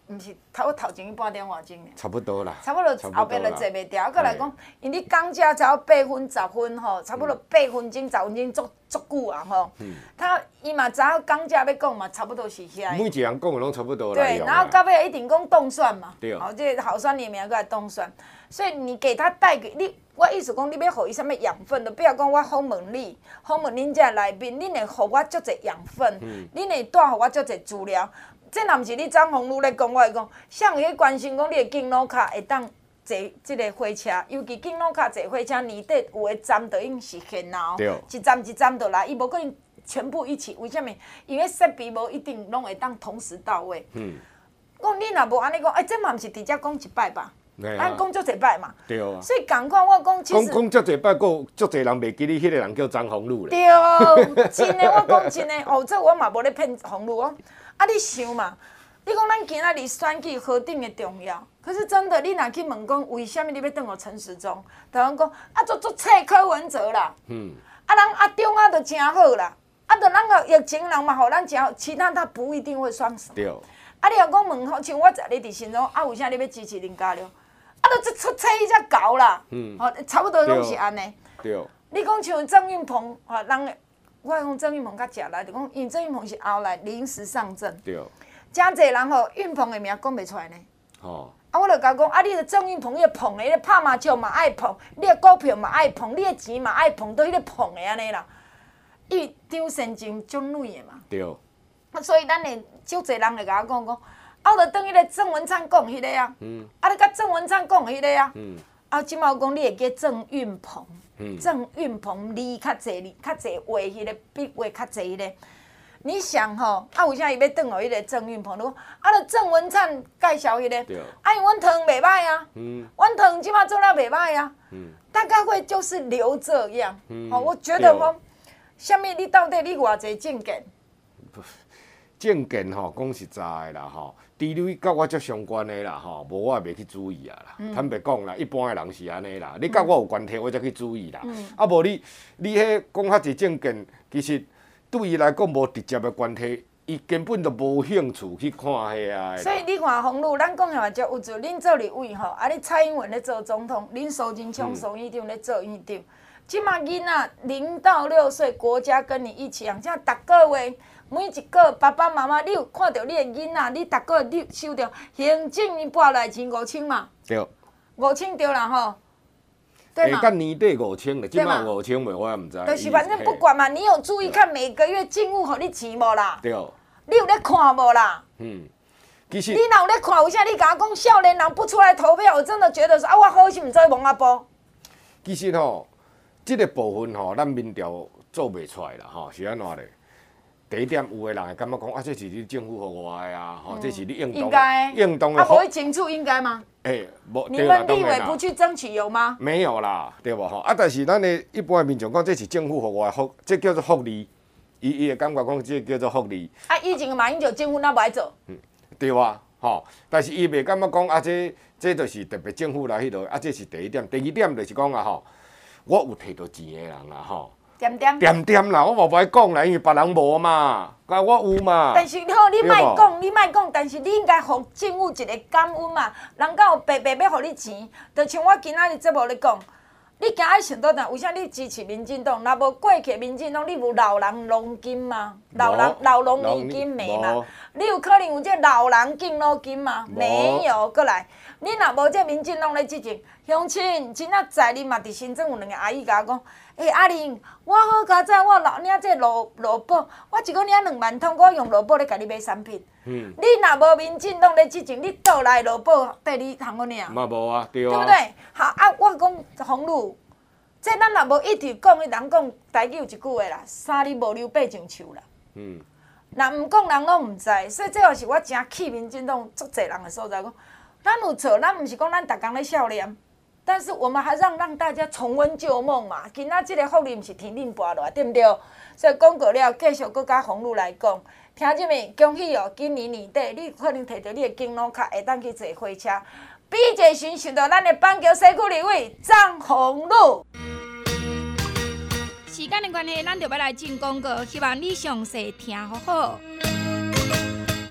毋是头头前半点外钟尔。 差不多啦。 差不多后壁就坐袂掉，过来讲，因为你讲价才要八分十分吼，差不多八分钟、十分钟足足久啊吼。嗯。他伊嘛知影讲价要讲嘛，差不多是遐。 每一人讲的拢差不多啦。 对，然后到尾一定讲冻蒜嘛。 对。 哦，这好酸的名过来冻蒜，所以你给他带给你，我意思讲，你要互伊啥物养分的，不要讲我访问你，访问恁遮内面，恁会互我足侪养分，恁会带互我足侪资料。这若毋是你张宏儒咧讲，我会讲，谁会关心讲你的敬老卡会当坐即个火车？尤其敬老卡坐火车，年底有的站就已经实现啦，一站一站就来，伊无可能全部一起。为什么？因为设备无一定拢会当同时到位。嗯。讲你若无安尼讲，哎，这嘛毋是直接讲一摆吧？咱讲足一摆嘛。 对啊。 所以共款，我讲其实。 讲讲足一摆，佫足侪人袂记你迄个人叫张宏儒咧。 对，真诶，我讲真诶，哦，这我嘛无咧骗宏儒哦。啊，你想嘛？你讲咱今仔日选举何等的重要？可是真的，你若去问讲，为什么你要等我陈时中？台湾讲啊，做做册柯文哲啦。嗯。啊，人阿中啊，就真好啦。啊，就咱个疫情人嘛，互咱真好，其他他不一定会选什么。对。啊，你若讲问好，像我在你伫心中，啊，为啥你要支持林佳龙？啊，都出册伊才搞啦。嗯。吼，差不多拢是安尼。对。你讲像郑运鹏，吼，人。我讲郑运鹏较食力，就讲因为郑运鹏是后来临时上阵，对，真侪人吼运鹏的名讲袂出来呢。哦，啊，我就甲讲，啊，你个郑运鹏，你个捧的，你拍麻将嘛爱捧，你个股票嘛爱捧，你个钱嘛爱捧，都迄个捧的安尼啦。伊张先生足美的嘛。对。所以咱的足侪人会甲我讲讲，啊，我就当迄个郑文灿讲迄个啊，嗯，啊，你甲郑文灿讲迄个啊，嗯，啊，即马讲你会记郑运鹏。嗯、郑运鹏字较济，较济画迄个笔画较济迄个。你想吼，啊为啥伊要转互迄个郑运鹏？你讲啊，著郑文灿介绍迄、那个，啊因为阮汤袂歹啊，嗯，阮汤即马做了袂歹啊，嗯，大概会就是留这样。嗯，哦，我觉得讲，啥物你到底你偌济证件？ 证件吼，讲实在诶啦吼。除非甲我足相关的啦吼，无我也袂去注意啊啦。嗯、坦白讲啦，一般的人是安尼啦。你甲我有关系，我才去注意啦。嗯、啊，无你你迄讲遐济证件，其实对伊来讲无直接的关系，伊根本就无兴趣去看遐个。 所以你看宏儒，咱讲话就有做，恁做立委吼，啊，你蔡英文咧做总统，恁苏贞昌苏院长咧做院长。即马囡仔零到六岁，国家跟你一起养，即逐个月。每一个爸爸妈妈，你有看到你的囡仔，你逐个你收到行政院拨来钱五千嘛？对。五千对啦吼。对嘛？ 下到年底五千了，即马五千袂，我也毋知。 就是反正不管嘛，你有注意看每个月进户互你钱无啦？对。你有咧看无啦？嗯。其实。你若有咧看，为啥你甲我讲少年人不出来投票？我真的觉得说啊，我好心毋做蒙阿波。 其实吼，即个部分吼，咱民调做袂出来啦，吼，是安怎咧？第一点，有个人会感觉讲啊，这是你政府互我的啊，吼、嗯，这是你应当应当的。 啊，无去清楚应该吗？哎、欸，无。你们立委不去争取有吗？ 没有啦，对无吼？啊，但是咱的一般的民众讲，这是政府互我的福，这叫做福利。伊伊会感觉讲，这叫做福利。 啊，以前马英九政府哪不爱做？ 嗯，对啊，吼。但是伊袂感觉讲啊，这这就是特别政府来迄落，啊，这是第一点。第二点就是讲啊，吼，我有摕到钱的人啊，吼。点点点点啦，我无歹讲啦，因为别人无嘛，甲我有嘛。 但是好，你莫讲，你莫讲，但是你应该互政府一个感恩嘛。人家有白白要互你钱，就像我今仔日节目咧讲，你今仔想倒转，为啥你支持民进党？若无过去民进党，你有老人农金吗？老人老农年金没嘛？你有可能有这老人敬老金吗？没有，过来，你若无这民进党咧执政，乡亲真仔在你嘛伫新庄有两个阿姨甲我讲。诶、欸，阿玲，我好佳哉，我老领这萝萝卜，我一个领两万通，我用萝卜咧甲你买产品。嗯。你若无民进党咧执政，你倒来萝卜缀你通我领？ 嘛无啊，对啊。 对不对？好啊，我讲宏儒，这咱若无一直讲，人讲台语有一句话啦，三日无留八上树啦。嗯。若毋讲人拢毋知，所以这也是我真气民进党足侪人的所在。讲，咱有错，咱毋是讲咱逐工咧笑脸。但是我们还让让大家重温旧梦嘛，今仔这个福利毋是天顶拨落来，对不对？所以讲过了，继续搁甲宏儒来讲，听姐妹恭喜哦！今年年底你可能摕到你的敬老卡，会当去坐火车。比者寻想到咱的板桥西区立委张宏儒。时间的关系，咱就要来进广告，希望你详细听好好。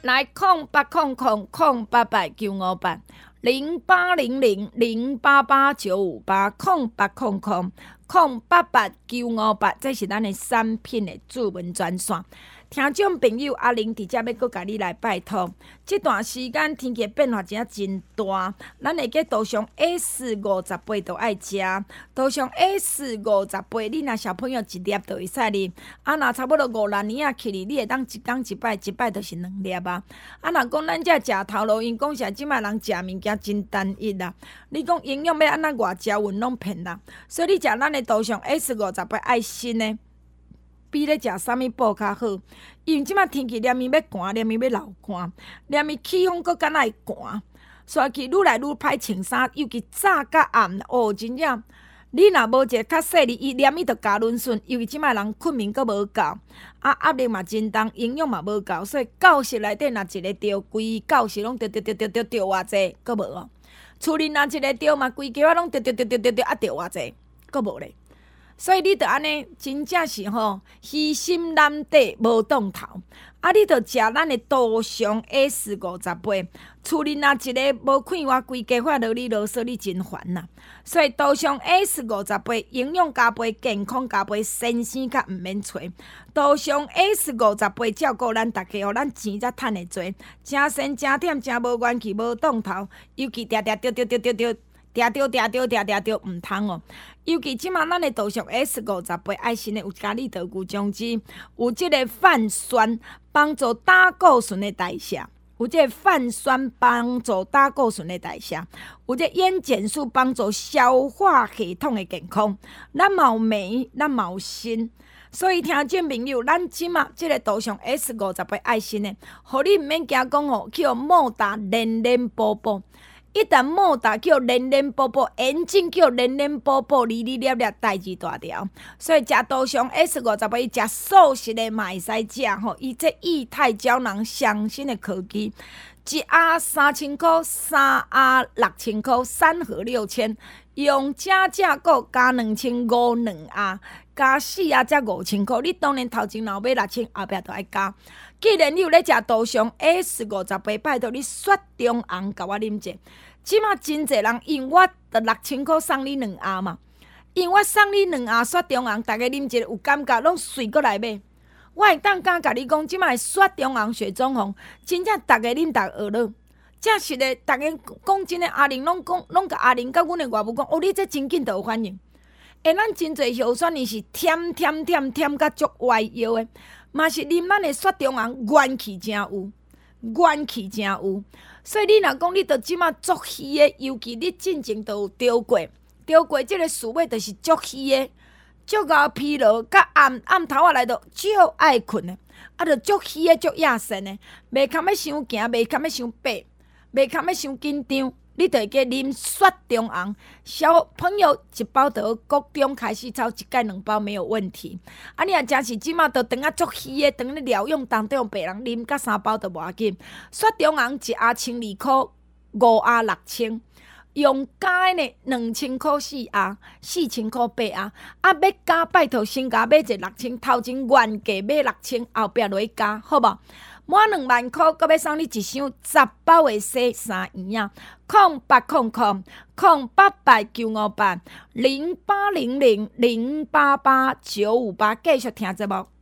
来空八空空空八八九五八零八零零零八八九五八空八空空空八八九五八，这是咱的产品的主文专线。听众朋友，阿玲伫遮要搁甲你来拜托。这段时间天气变化真真大，咱会记涂上 S 五十八都爱食，涂上 S 五十八，你若小朋友一粒就会使哩。啊，若差不多五六年啊起哩，你会当一工一摆，一摆就是两粒啊。啊，若讲咱遮食头路，因讲啥，即摆人食物件真单一啦。你讲营养要安怎外食运拢骗人，所以你食咱的涂上 S 五十八爱新的。比咧食啥物补较好？因为即摆天气连面要寒，连面要流寒，连面气风搁敢若会寒，所以去愈来愈歹穿衫，尤其早甲暗哦，真正你若无一个较细腻，伊连面就加润顺，因为即摆人困眠搁无够，啊压力嘛真重，营养嘛无够，所以教室内底若一个着，规教室拢着着着着着着偌济，搁无哦。厝里若一个着嘛，规家啊拢着着着着着着啊着偌济，搁无咧。所以你着安尼，真正是吼，虚心难得无动头。啊，你着食咱的杜尚 S 五十八，厝里若一个无看我规家伙啰里啰嗦，你真烦呐。所以杜尚 S 五十八，营养加倍，健康加倍，新鲜甲毋免找。杜尚 S 五十八照顾咱大家，互咱钱才趁会多，真酸真忝真无元气无动头，尤其定定丢丢丢丢丢。定着定着定定着毋通哦，尤其即马咱的杜尚 S 五十八爱心的有咖喱豆具种子，有即个泛酸帮助胆固醇的代谢，有即个泛酸帮助胆固醇的代谢，有即烟碱素帮助消化系统的健康，咱嘛有酶，咱嘛有锌。所以听众朋友，咱即马即个杜尚 S 五十八爱心的，互你毋免惊讲哦，叫莫达连连补补。一旦莫打叫连连补补，眼睛叫连连补补，哩哩粒粒代志大条。所以食杜尚 S 五十八，伊食素食的嘛会使食吼。伊这液态胶囊上新的科技，一盒三千块，三盒六千块，三盒六千。用正正购加两千五两盒，加四盒才五千块。你当然头前若买六千，后壁都爱加。既然你有咧食杜尚 S 五十八，拜托你雪中红甲我啉者。即马真侪人用我得六千块送你两盒嘛，用我送你两盒雪中红，大家啉者有感觉，拢随过来买。我会当敢甲你讲，即马雪中红、雪中红，真正大家啉大家学了。正实的，大家讲真诶，阿玲拢讲，拢甲阿玲甲阮诶外母讲，哦，你这真紧就有反应。诶，咱真侪hiệu酸伊是甜甜甜甜甲足歪药诶，嘛是啉咱诶雪中红，元气真有，元气真有。所以你若讲你着即马足虚诶，尤其你进前就有着过，着过即个事尾就是足虚诶，足够疲劳，甲暗暗头仔来着足爱困诶，啊着足虚诶，足野神诶，袂堪要伤行，袂堪要伤爬，袂堪要伤紧张，你着会记啉雪中红。小朋友一包就国中开始抽，一盖两包没有问题。啊，你若真是即马着当啊足虚诶，当咧疗养当中，别人啉甲三包都无要紧。雪中红一盒千二箍，五盒六千。用加呢两千箍四盒，四千箍八盒。啊，要加拜托先加买一六千，头前原价买六千，后壁落去加，好无？满两万箍，阁要送你一箱十包的洗衫衣啊！空八空空空八八九五八零八零零零八八九五八，继续听节目。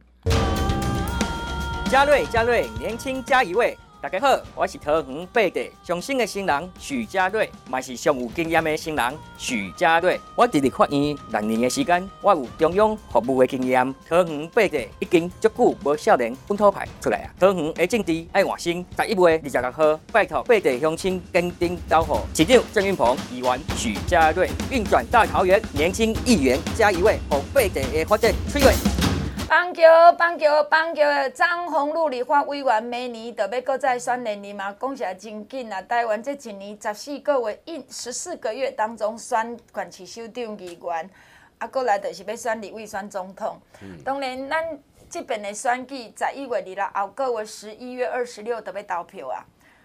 嘉瑞，嘉瑞，年轻加一位。大家好，我是桃园八地上新的新人许家瑞，嘛是上有经验的新人许家瑞。我伫立法院六年的时间，我有中央服务的经验。桃园八地已经足久无少年本土派出来啊！桃园的政治爱换新，十一月二十六号，拜托八地乡亲坚定守护市长郑运鹏、议员许家瑞运转大桃园，年轻议员加一位，让八地的发展推跃。 棒球，棒球，棒球的张宏禄立法委员明年就要搁再选连任嘛，讲起来真紧啊！台湾这一年十四个月、一十四个月当中选县市首长、议员，啊，过来就是要选立委、选总统。嗯、当然，咱这边的选举十一月二十六后个月十一月二十六就要投票啊。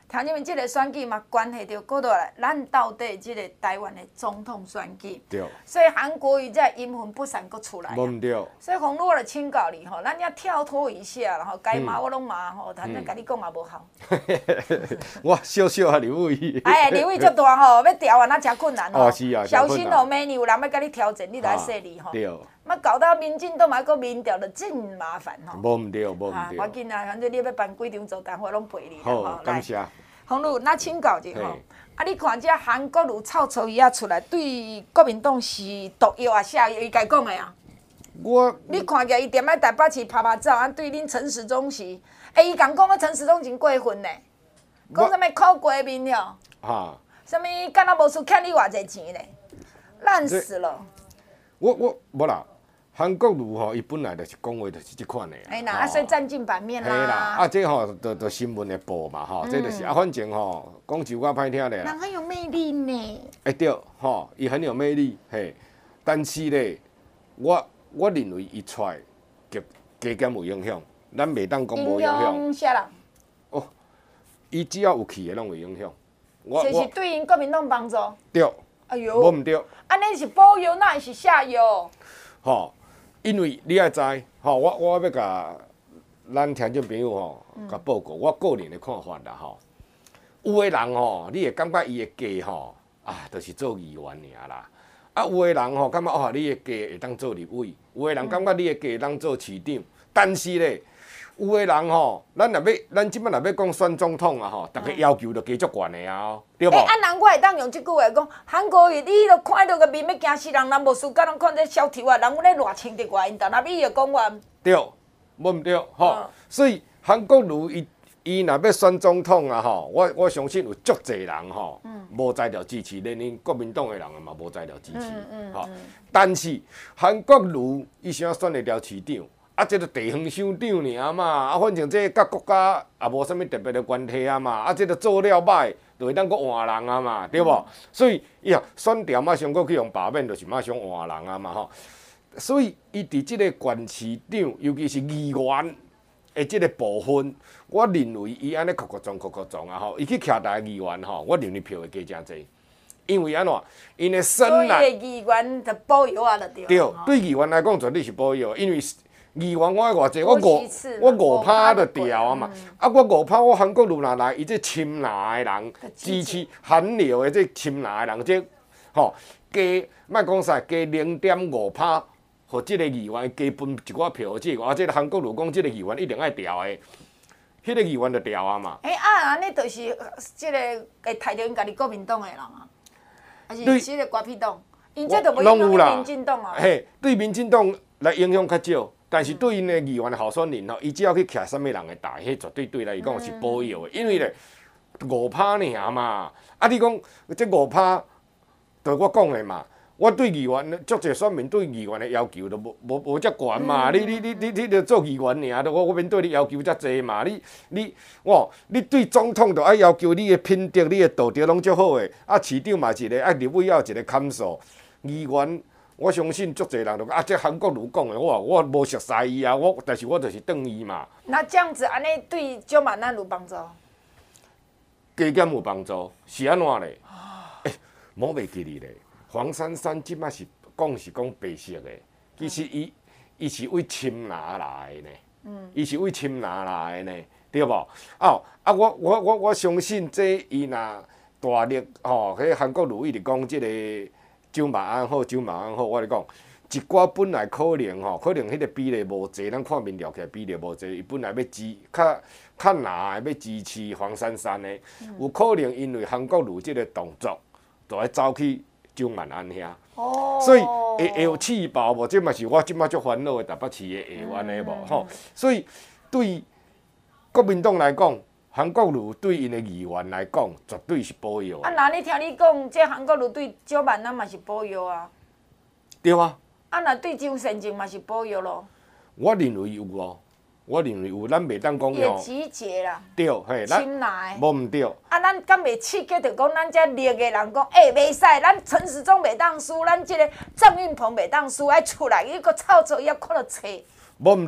听你们即个选举嘛，关系到过倒来，咱到底即个台湾的总统选举。 对。 所以韩国瑜这阴魂不散搁出来。 无毋对。 所以洪路我就请教你吼，咱要跳脱一下，然后该骂我拢骂吼，反正甲你讲也无效。 我小小啊刘伟。 哎呀，刘伟足大吼，要调啊那真困难吼。 哦是啊。 小心哦，明年有人要甲你挑战，你来说你吼。 对。 嘛搞到民进党嘛搁民调就真麻烦吼。 无毋对，无毋对。 要紧啊，反正你要办几场座谈会拢陪你。 好，感谢。 洪路，那请教者吼，啊，你看这韩国瑜臭臭伊啊出来，对国民党是毒药啊，下药伊家讲的啊。 我。你看起来伊踮咧台北市拍拍照，啊，对恁陈时中是，哎，伊讲讲个陈时中真过分呢，讲啥物苦闺蜜了，哈，啥物敢若无输欠你偌济钱咧，烂死了。 我我无啦。韩国瑜吼，伊本来就是讲话就是即款的啊。 哎，那啊，所以占尽版面啦。 嘿啦，啊，这吼，就就新闻的报嘛，吼，这就是啊，反正吼，讲句我歹听咧。 人很有魅力呢。 哎对，吼，伊很有魅力，嘿，但是咧，我我认为伊出来加加减有影响，咱袂当讲无影响。 影响啥人？ 哦，伊只要有去的，拢会影响。 我就是对因国民党帮助。 对。 哎呦。 无毋对。 安尼是保佑，哪会是下药？ 吼。因为你爱知，吼，我我要甲咱听众朋友吼，甲报告我个人的看法啦，吼。有的人吼，你会感觉伊的价吼，啊，就是做议员尔啦。啊，有的人吼，感觉哦，你的价会当做立委；有的人感觉你的价会当做市长。但是咧，有的人吼，咱若要，咱即摆若要讲选总统啊，吼，逐个要求就加足悬的啊，对无？ 哎，啊，人我会当用即句话讲，韩国瑜，你都看到个面要惊死人，人无事干，拢看这小条啊，人阮咧热清伫外因，但若伊就讲我。 对，无毋对，吼。所以韩国瑜伊伊若要选总统啊，吼，我我相信有足侪人吼，无才调支持，连恁国民党的人嘛无才调支持，吼。但是韩国瑜伊想选会了市长。啊，这个地方首长尔嘛，啊，反正这甲国家也无啥物特别的关系啊嘛，啊，这个做了歹，就会当搁换人啊嘛，对无？嗯、所以伊啊选调马上搁去用罢免，就是马上换人啊嘛吼。所以伊伫即个县市长，尤其是议员的即个部分，我认为伊安尼扩扩张扩扩张啊吼，伊去徛台议员吼，我认为票会加真侪。因为安怎，因的身来，所以议员就保佑啊，就对。 对，对议员来讲绝对是保佑，因为。议员我偌济，我五我五趴就调啊嘛，啊我五趴我韩国瑜若来，伊这亲蓝的人支持韩流的这亲蓝的人，这吼加莫讲啥，加零点五趴，互即个议员加分一寡票，即个啊，即个韩国瑜讲即个议员一定爱调的，迄个议员就调啊嘛。 哎啊，安尼就是即个会抬着因家己国民党的人啊，还是即个国民党？因这就无影响民进党啊。 嘿，对民进党来影响较少。但是对因的议员的候选人吼，伊只要去徛啥物人的台，迄绝对对来讲是保佑的，因为咧五趴尔嘛。啊，你讲这五趴，就我讲的嘛。我对议员足侪选民对议员的要求都无无无遮悬嘛。你你你你你著做议员尔，我我免对你要求遮济嘛。你你哇，你对总统著爱要求你的品德、你的道德拢足好的。啊，市长嘛是一个，啊，立委也有一个参数，议员。我相信足侪人都啊，这韩国瑜讲的，我我无熟悉伊啊，我但是我就是等伊嘛。 那这样子安尼对九万咱有帮助？ 加减有帮助，是安怎咧？诶、欸，莫袂记哩咧。黄珊珊即摆是讲是讲白色的，其实伊伊是为深蓝来的呢。嗯。伊是为深蓝来的呢，对无？哦，啊，我我我我相信这伊若大力吼，迄、哦、韩国瑜一直讲即个。周马安好，周马安好，我咧讲，一寡本来可能吼，可能迄个比例无济，咱看面料起来比例无济，伊本来要支较较难要支持黄珊珊的，嗯、有可能因为韩国瑜即个动作，就爱走去周万安遐，哦、所以会会有气爆无？这嘛是我即摆足烦恼的台北市的议员的无吼，所以对国民党来讲。韩国瑜对因的议员来讲，绝对是保佑。 啊，那你听你讲，这韩国瑜对九万咱嘛是保佑啊。 对啊。 啊，那对周善政嘛是保佑咯。 我认为有哦，我认为有，咱袂当讲哦。集结啦。 对，嘿，咱。 亲来。 无毋对。 啊，咱敢袂刺激着讲，咱遮绿的人讲，哎、欸，袂使，咱陈时中袂当输，咱即个郑运鹏袂当输，爱出来，伊个臭臭也看到册。 无毋对。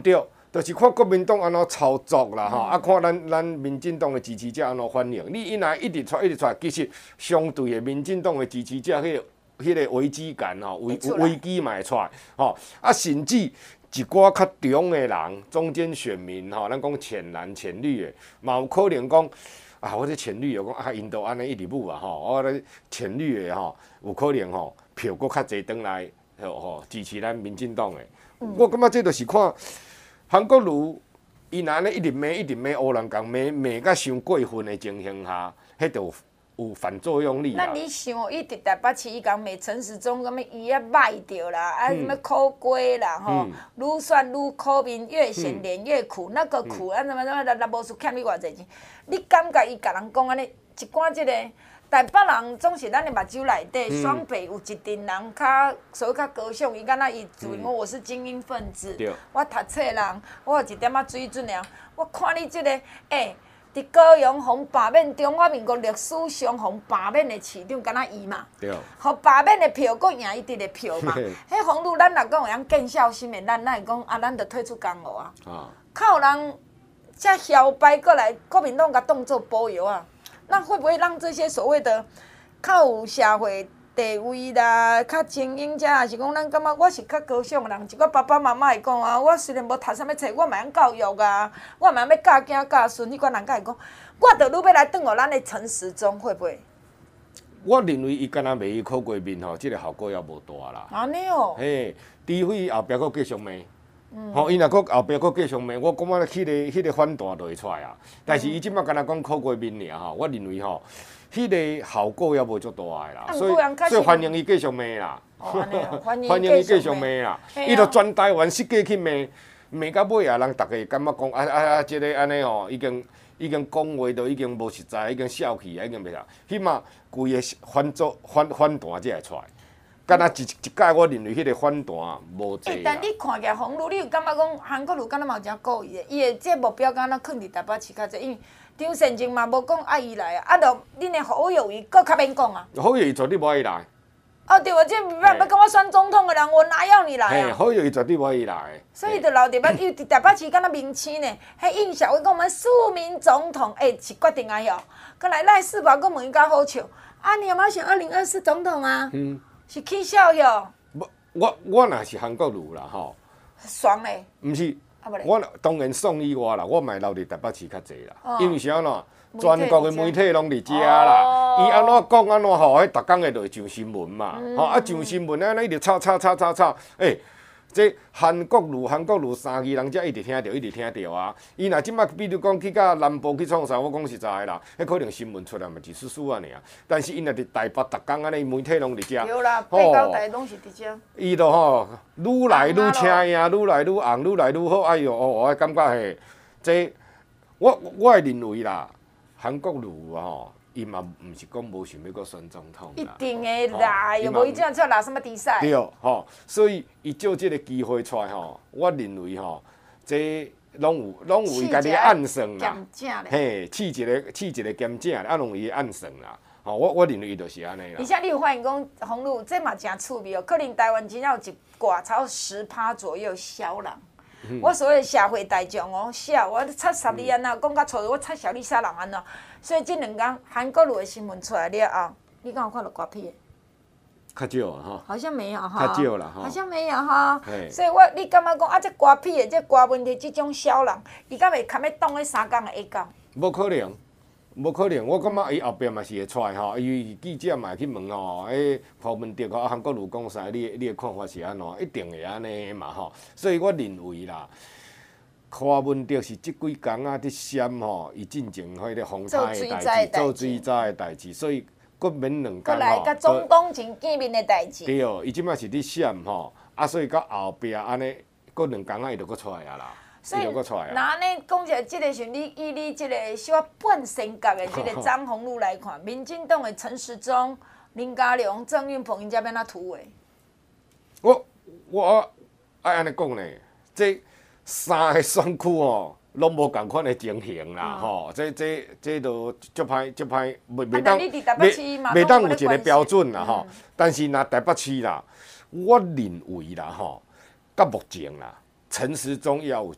就是看国民党安怎操作啦吼，啊看咱咱民进党的支持者安怎反应。你因若一直出一直出，其实相对的民进党的支持者迄、那个迄、那个危机感吼，危危机嘛会出来吼，啊甚至一寡较中的人，中间选民吼，咱讲浅蓝浅绿的，嘛有可能讲啊，我这浅绿的讲啊，因都安尼一直舞啊吼，我咧浅绿的吼，有可能吼票搁较侪转来吼支持咱民进党的。嗯、我感觉这就是看。韩国瑜伊若安尼一直骂一直骂乌人讲骂骂甲伤过分的情形下，迄就有有反作用力啦。 那你想，伊伫台北市伊讲骂陈时中，咁么伊啊歹着啦，啊什么苦瓜啦吼，愈选愈苦面，越显脸越苦，那个苦啊什么什么，那无事欠你偌济钱，你感觉伊甲人讲安尼，一寡即个。台北人总是咱的目睭内底，双北有一群人较所谓较高尚，伊敢若伊自认我是精英分子，我读册人，我有一点仔水准尔。我看你即、这个，诶、欸，伫高雄红罢免中华民国历史上红罢免的市长，敢若伊嘛，互罢免的票，佫赢伊伫的票嘛。迄红路咱若讲有样见孝心的，咱咱会讲啊，咱着退出江湖啊。靠人遮嚣摆过来，国民党甲当做保佑啊。那会不会让这些所谓的较有社会地位啦、较精英者，还是讲咱感觉我是较高尚的人？一个爸爸妈妈会讲啊，我虽然无读啥物册，我嘛通教育啊，我嘛要教囝教孙。迄款人甲会讲，我着愈要来转互咱的陈时中，会不会？ 我认为伊敢若骂伊苦过面吼，即、這個效果也无大啦。 安尼哦。 嘿，除非伊后壁佫继续骂。吼，伊若佫后壁佫继续骂，我感觉迄个迄个反弹就会出来啊。但是伊即摆敢若讲苦过面尔吼，我认为吼，迄个效果也无足大个啦。所以所以欢迎伊继续骂啦。欢迎伊继续骂啦。伊着全台湾世界去骂，骂到尾啊，人逐个感觉讲啊啊啊，即个安尼吼，已经已经讲话都已经无实在，已经笑气啊，已经袂啦。起码规个反作反反弹才会出来。敢若一一届，我认为迄个反弹无济。 欸，但你看起来红路，你有感觉讲韩国瑜敢若嘛有真故意的？伊的这目标敢若囥伫台北市较济，因为张善政嘛无讲爱伊来啊，啊，着恁的好友伊佫较免讲啊。 好友伊绝对无爱伊来。 哦，对啊，这要要跟我选总统的人，我哪要你来啊？ 好友伊绝对无爱伊来。 所以着留伫要，伊伫台北市敢若明星呢，迄印象会讲我们庶民总统，哎，是决定啊哟。搁来赖世宝佫问伊较好笑，啊，你有没有选二零二四总统啊？嗯。是起笑哟！ 我我我若是韩国瑜啦吼， 爽嘞！ 毋是，我当然爽以外啦，我嘛留伫台北市较济啦，哦、因为是安怎，全国的媒体拢伫遮啦，伊安怎讲安怎吼，迄逐工个就会上新闻嘛，吼、嗯、啊上新闻安尼一直炒炒炒炒炒，诶、欸。这韩国瑜，韩国瑜三字人才一直听到，一直听到啊！伊若即摆比如讲去到南部去创啥，我讲实在的啦，迄可能新闻出来嘛一丝丝啊尔。但是伊若伫台北，逐工安尼媒体拢伫遮。 对啦，北高台拢是伫遮。 伊就吼愈来愈请呀，愈来愈红，愈来愈好。哎哟，哦，我感觉嘿，这我我会认为啦，韩国瑜吼。伊嘛毋是讲无想要阁选总统啦， 一定的啦，又无伊这样出来拿什么比赛？ 对，吼，所以伊借即个机会出来吼，我认为吼，这拢有拢有伊家己暗算啦，嘿，试一个试一个检证，啊，拢有伊暗算啦，吼，我我认为伊就是安尼啦。 而且你有发现讲，洪路这嘛真趣味哦，可能台湾真正有一挂超十趴左右小人。嗯、我所谓的社会大众哦，小我插十你安怎，讲较粗，我插小你啥人安怎？所以这两天韩国瑜的新闻出来了后，你敢有看到歌片？ 较少啊哈。 好像没有哈。 较少啦哈。 好像没有哈。所以我你感觉讲啊，这歌片的这歌问题，这种小人，伊敢会堪要当咧三工的下工？ 无可能。无可能，我感觉伊后壁嘛是会出来吼，因为记者嘛会去问吼，诶，柯文哲吼，韩国瑜讲啥，你你的看法是安怎？一定会安尼嘛吼，所以我认为啦，柯文哲是即几工啊，伫闪吼，伊进前迄个风台的代志，做水灾的代志，所以佫免两工吼。佫来甲总统真见面的代志。 对，伊即摆是伫闪吼，啊，所以到后壁安尼，佫两工啊，伊就佫出来啊啦。 所以，那安尼讲起来，即个是你以你即个小半升格的即个张宏路来看，民进党的陈时中、林佳龙、郑运鹏，因遮要哪突围？ 我我爱安尼讲呢，这三个选区哦，拢无共款的情形啦，吼、嗯，这这这都足歹足歹，袂袂当袂当有一个标准啦，吼、嗯。但是若台北市啦，我认为啦，吼，到目前啦，陈时中要有。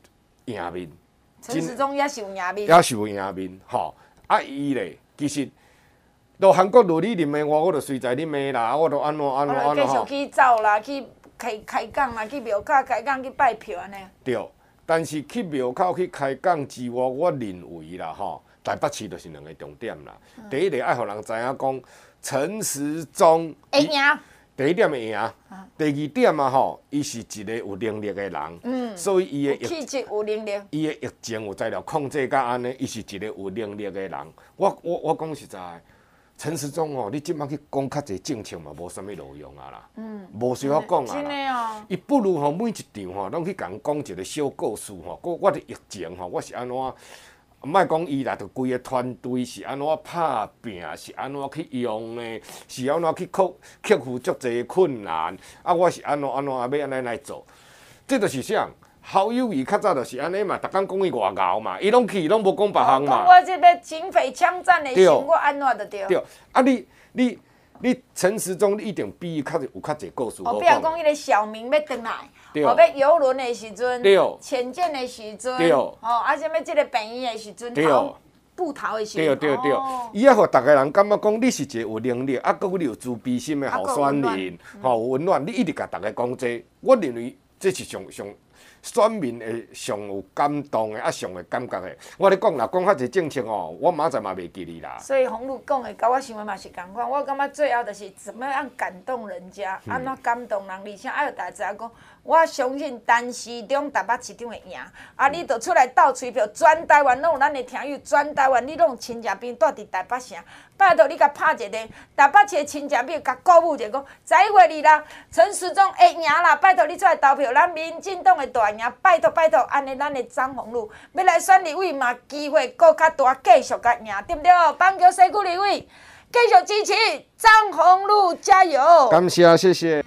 赢面。 陈时中也是有赢面， 也是有赢面，吼。啊，伊咧，其实，到韩国如你啉的我，我就随在啉的啦，我就安怎安怎安怎继续去走啦，去开开讲啦，去庙口开讲去拜票安尼。 对，但是去庙口去开讲之外，我认为啦，吼，台北市就是两个重点啦。嗯、第一个爱互人知影讲，陈时中会赢。 第一点会赢，啊、第二点啊吼，伊是一个有能力的人，嗯、所以伊的气质有能力， 伊的疫情有材料控制甲安尼，伊是一个有能力的人。我我我讲实在，陈时中哦，你即摆去讲较侪政策嘛，无啥物路用啊啦，嗯，无需要讲啊真的哦， 伊不如吼每一场吼，拢去共讲一个小故事吼，我我的疫情吼，我是安怎。莫讲伊啦，就规个团队是安怎拍拼，是安怎去用的，是安怎去克克服足侪困难。啊，我是安怎安怎要安尼来做，这就是啥？好友谊较早就是安尼嘛，逐工讲伊外交嘛，伊拢去，拢无讲别项嘛。 我这个警匪枪战的时候，我安怎就对。 对，啊你你你陈时中，你一定比伊较有较侪故事好讲。 哦，比如讲，迄个小明要转来。哦，要游轮的时阵，潜舰的时阵，哦，啊，什么这个病院的时阵，头布头的时阵， 对对对，伊啊，互逐个人感觉讲你是一个有能力，啊，佮你有自卑心的候选人，吼，有温暖，你一直甲逐个讲这，我认为这是上上选民会上有感动的，啊，上会感觉的。我咧讲啦，讲较侪政策哦，我明仔嘛袂记你啦。 所以洪儒讲的，甲我想的嘛是共款。我感觉最后就是怎么样感动人家，安怎感动人，而且爱有大家讲。我相信陈时中台北市长会赢，啊！你著出来斗吹票，全台湾拢有咱的听友，全台湾你拢有亲戚朋友住伫台北城，拜托你甲拍一个台北市的亲戚朋友，甲鼓舞一下，讲十一月二日陈时中会赢啦！拜托你出来投票，咱民进党会大赢，拜托拜托，安尼咱的张宏儒要来选立委嘛，机会搁较大，继续甲赢，对不对？板桥西区立委继续支持张宏儒，加油！ 感谢，谢谢。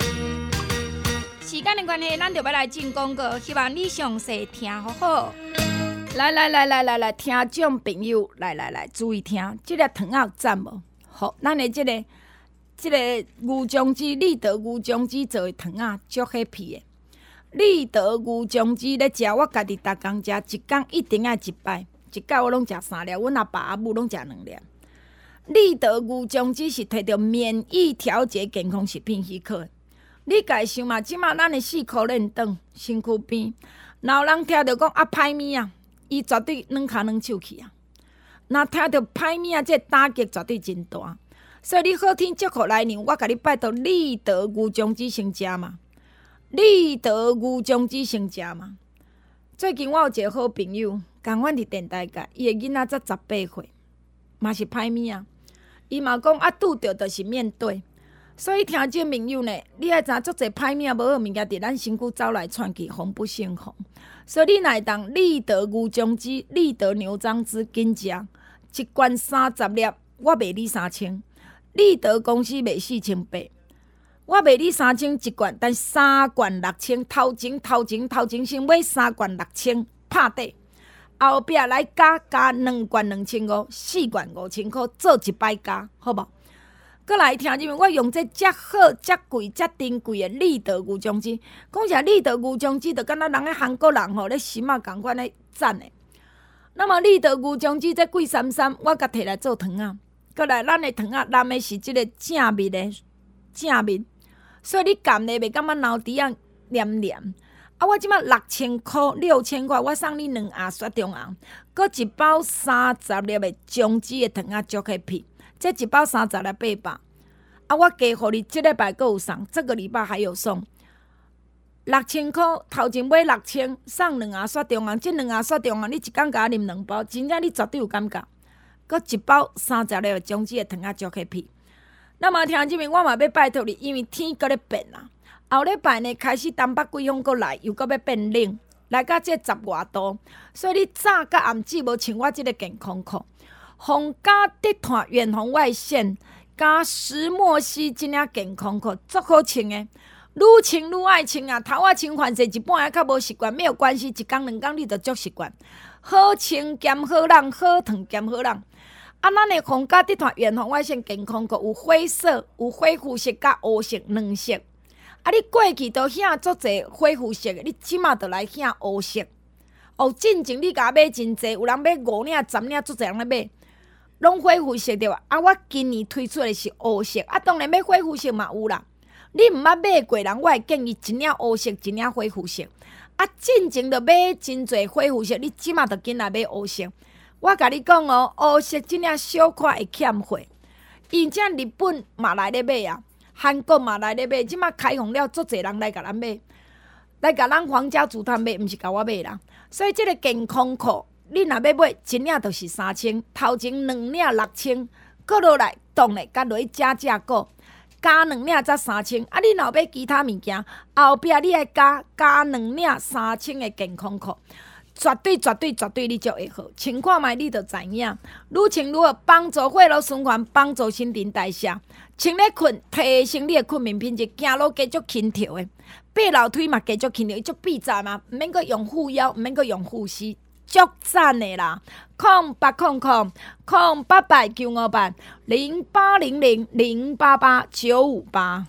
时间的关系，咱就要来进广告，希望你详细听好好。来来来来来来，听众朋友，来来来，注意听，这个糖仔有赞无？好，咱的这个这个牛酱汁，立德牛酱汁做的糖仔足黑皮的。立德牛酱汁咧食，我家己逐工食，一工一定爱一摆，一摆我拢食三粒，阮阿爸阿母拢食两粒。立德牛酱汁是摕到免疫调节健康食品许可的。你家想嘛，即马咱的四箍练长身躯边，若有人听着讲啊歹物啊，伊绝对软骹软手去啊。若听着歹物啊，这打击绝对真大。所以你好天祝福来年，我甲你拜托立德牛酱汁先食嘛，立德牛酱汁先食嘛。最近我有一个好朋友，共阮伫电台界，伊的囡仔才十八岁，嘛是歹物啊。伊嘛讲啊，拄着就是面对。所以听众朋友呢，你爱知足侪歹物无好物件伫咱身躯走来窜去，防不胜防。所以你若会当立德牛酱汁、立德牛樟汁紧食，一罐三十粒，我卖你三千。立德公司卖四千八，我卖你三千一罐，但三罐六千。头前头前头前先买三罐六千，拍底。后壁来加加两罐两千五，四罐五千块，做一摆加，好无？过来听入面，我用这遮好、遮贵、遮珍贵的立德牛酱汁。讲起来，立德牛酱汁就敢若人咧韩国人吼咧心啊共款咧赞的。那么立德牛酱汁这贵三三，我甲摕来做糖仔。过来，咱的糖仔淋的是即个正面的正面，所以你含咧袂感觉脑底啊黏黏。啊，我即马六千块、六千块，我送你两盒雪中红，搁一包三十粒的姜汁的糖仔足起片。这一包三十粒八百，啊！我加互你，这礼拜还有送，这个礼拜还有送。六千块，头前买六千，送两盒雪中红，这两盒雪中红，你一工甲我啉两包，真正你绝对有感觉。搁一包三十粒姜汁的糖仔足起片。那么听这边，我嘛要拜托你，因为天搁咧变啦。后礼拜呢，开始东北季风搁来，又搁要变冷，来到这十外度，所以你早甲暗时无穿我这个健康裤。红加地毯远红外线加石墨烯真领健康裤，足好穿的，愈穿愈爱穿啊！头仔穿反正一半下较无习惯，没有关系，一工两工你就足习惯。好穿兼好晾，好烫兼好晾。啊，咱的红加地毯远红外线健康裤有灰色、有灰肤色甲黑色两色。啊，你过去都遐足侪灰肤色的，你即马就来遐黑色。 哦，进前你甲买真济，有人买五领、十领，足侪人咧买，拢恢复色对吧？啊，我今年推出的是黑色，啊，当然要恢复色嘛有啦。你毋捌买过人，我会建议一领黑色，一领恢复色。啊，进前就买真侪恢复色，你即马就紧来买黑色。我甲你讲哦，黑色即领小可会欠货，而且日本嘛来咧买啊，韩国嘛来咧买，即马开放了，足侪人来甲咱买，来甲咱皇家竹炭买，毋是甲我买啦。所以即个健康裤，你若要买一领就是三千，头前两领六千，搁落来当然甲落去加价购。加两领才三千，啊！你若买其他物件，后壁你爱加加两领三千的健康裤，绝对绝对绝对你就会好。穿看卖你就知影，愈穿愈好，帮助血液循环，帮助新陈代谢，穿咧困，提升你的困眠品质，行路继续轻佻的，爬楼梯嘛继续轻佻，足避赞嘛，毋免阁用护腰，毋免阁用护膝。足赞的啦，空八空空空八八九五八零八零零零八八九五八。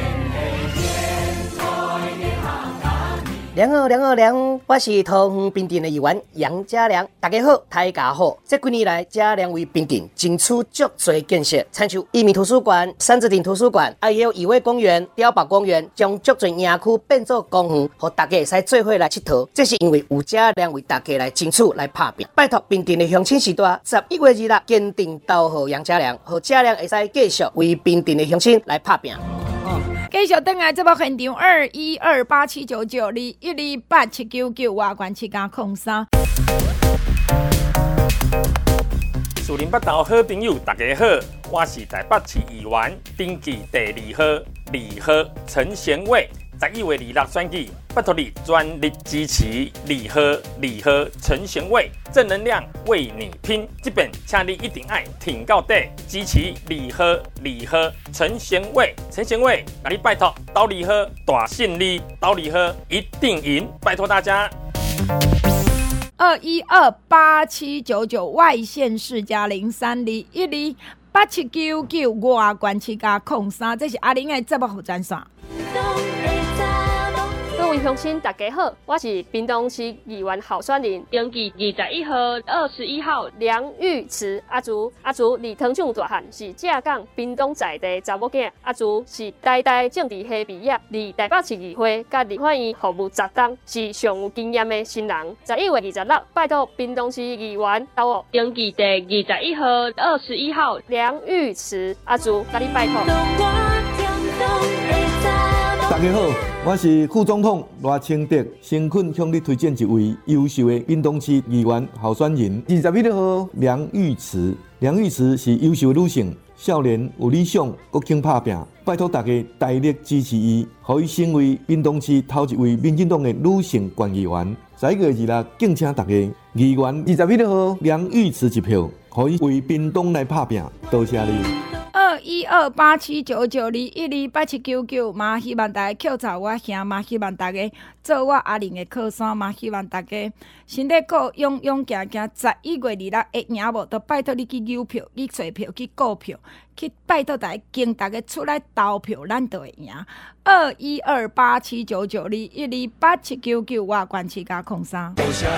良好良好良，我是桃园bình镇的议员杨家良，大家好，大家好。这几年来，家良为bình镇争取足多建设，参像一民图书馆、三字町图书馆，还有义威公园、碉堡公园，将足多园区变做公园，让大家会使做伙来佚佗。这是因为有家良为大家来争取来打拼。拜托bình镇的乡亲时代，十一月二日坚定投予杨家良，让家良会使继续为bình鎮的乡亲来打拼。 继续登来节目现场二一二八七九九二一二八七九九外关七加空三。 树林北投好朋友大家好，我是台北市议员登记第二号二号陈贤伟。十一月二六选举，拜托你全力支持二号二号陈贤伟，正能量为你拼。这边请你一定爱挺到底，支持二号二号陈贤伟。陈贤伟，那你拜托投二号大胜利，投二号一定赢，拜托大家。 二一二八七九九外县市加零三二一二八七九九外关七加空三，这是阿玲的节目服专线。 各位乡亲，大家好，我是屏东市议员候选人，登记二十一号、二十一号梁玉慈阿竹。阿竹离糖厂大汉，是正港屏东在地查某囝。阿竹是代代政治系毕业，离台北市议会甲立法院服务十冬，是上有经验的新人。十一月二十六，拜托屏东市议员投我登记第二十一号、二十一号梁玉慈阿竹，甲你拜托。 大家好，我是副总统罗清德，诚恳向你推荐一位优秀的屏东市议员候选人，二十一号梁玉慈。梁玉慈是优秀的女性，少年有理想，阁肯打拼。拜托大家大力支持伊，让伊成为屏东市头一位民进党的女性县议员。十一月二日，敬请大家议员二十一号梁玉慈一票，让伊为屏东来打拼。多谢你。 二一二八七九九二一二八七九九，嘛希望大家扣查我兄，嘛希望大家做我阿玲的靠山，嘛希望大家身体好，勇勇行行。十一月二六会赢无？就拜托你去邮票、去找票、去购票，去拜托大家，敬大家出来投票，咱就会赢。二一二八七九九二一二八七九九，我关七加空三。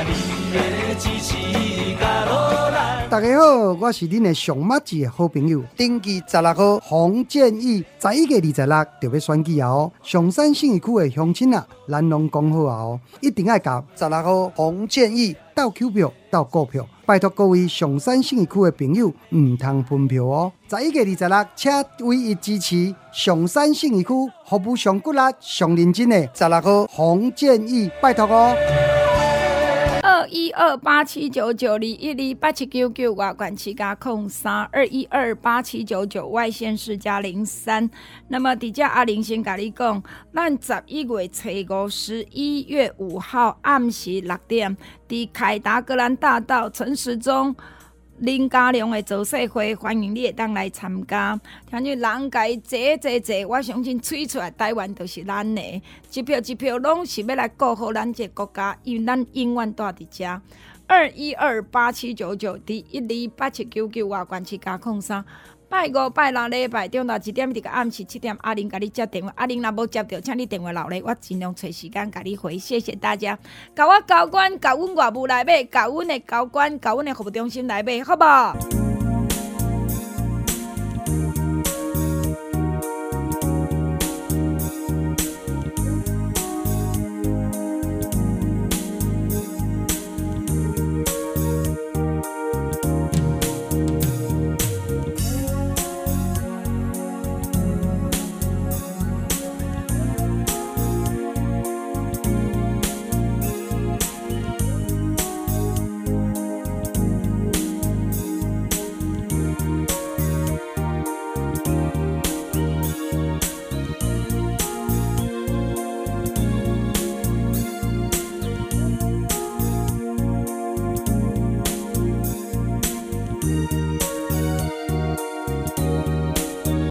大家好，我是恁的上马子的好朋友，登记十六号黄建义，十一月二十六就要选举啊哦！上山信义区的乡亲啊，咱拢讲好啊哦，一定爱甲十六号黄建义到扣票、到购票，拜托各位上山信义区的朋友，唔通分票哦！十一月二十六，请唯一支持上山信义区服务上骨力、上认真的十六号黄建义，拜托哦！ 二一二八七九九二一二八七九九外管七加空三二一二八七九九外县市加零三。那么，底下阿玲先甲你讲，咱十一月初五十一月五号暗时六点，伫凯达格兰大道陈时中。林家良的造势会，欢迎你会当来参加。听说人家坐坐坐，我相信吹出来台湾就是咱的，一票一票拢是要来顾好咱这个国家，因为咱永远住伫遮。二一二八七九九 D 一二八七九九外关七加空三， 拜五、拜六、礼拜中昼一点至暗时七点，阿玲甲你接电话。阿玲若无接到，请你电话留咧，我尽量找时间甲你回。谢谢大家，甲我交关，甲阮外务来买，甲阮的交关，甲阮的服务中心来买，好不好？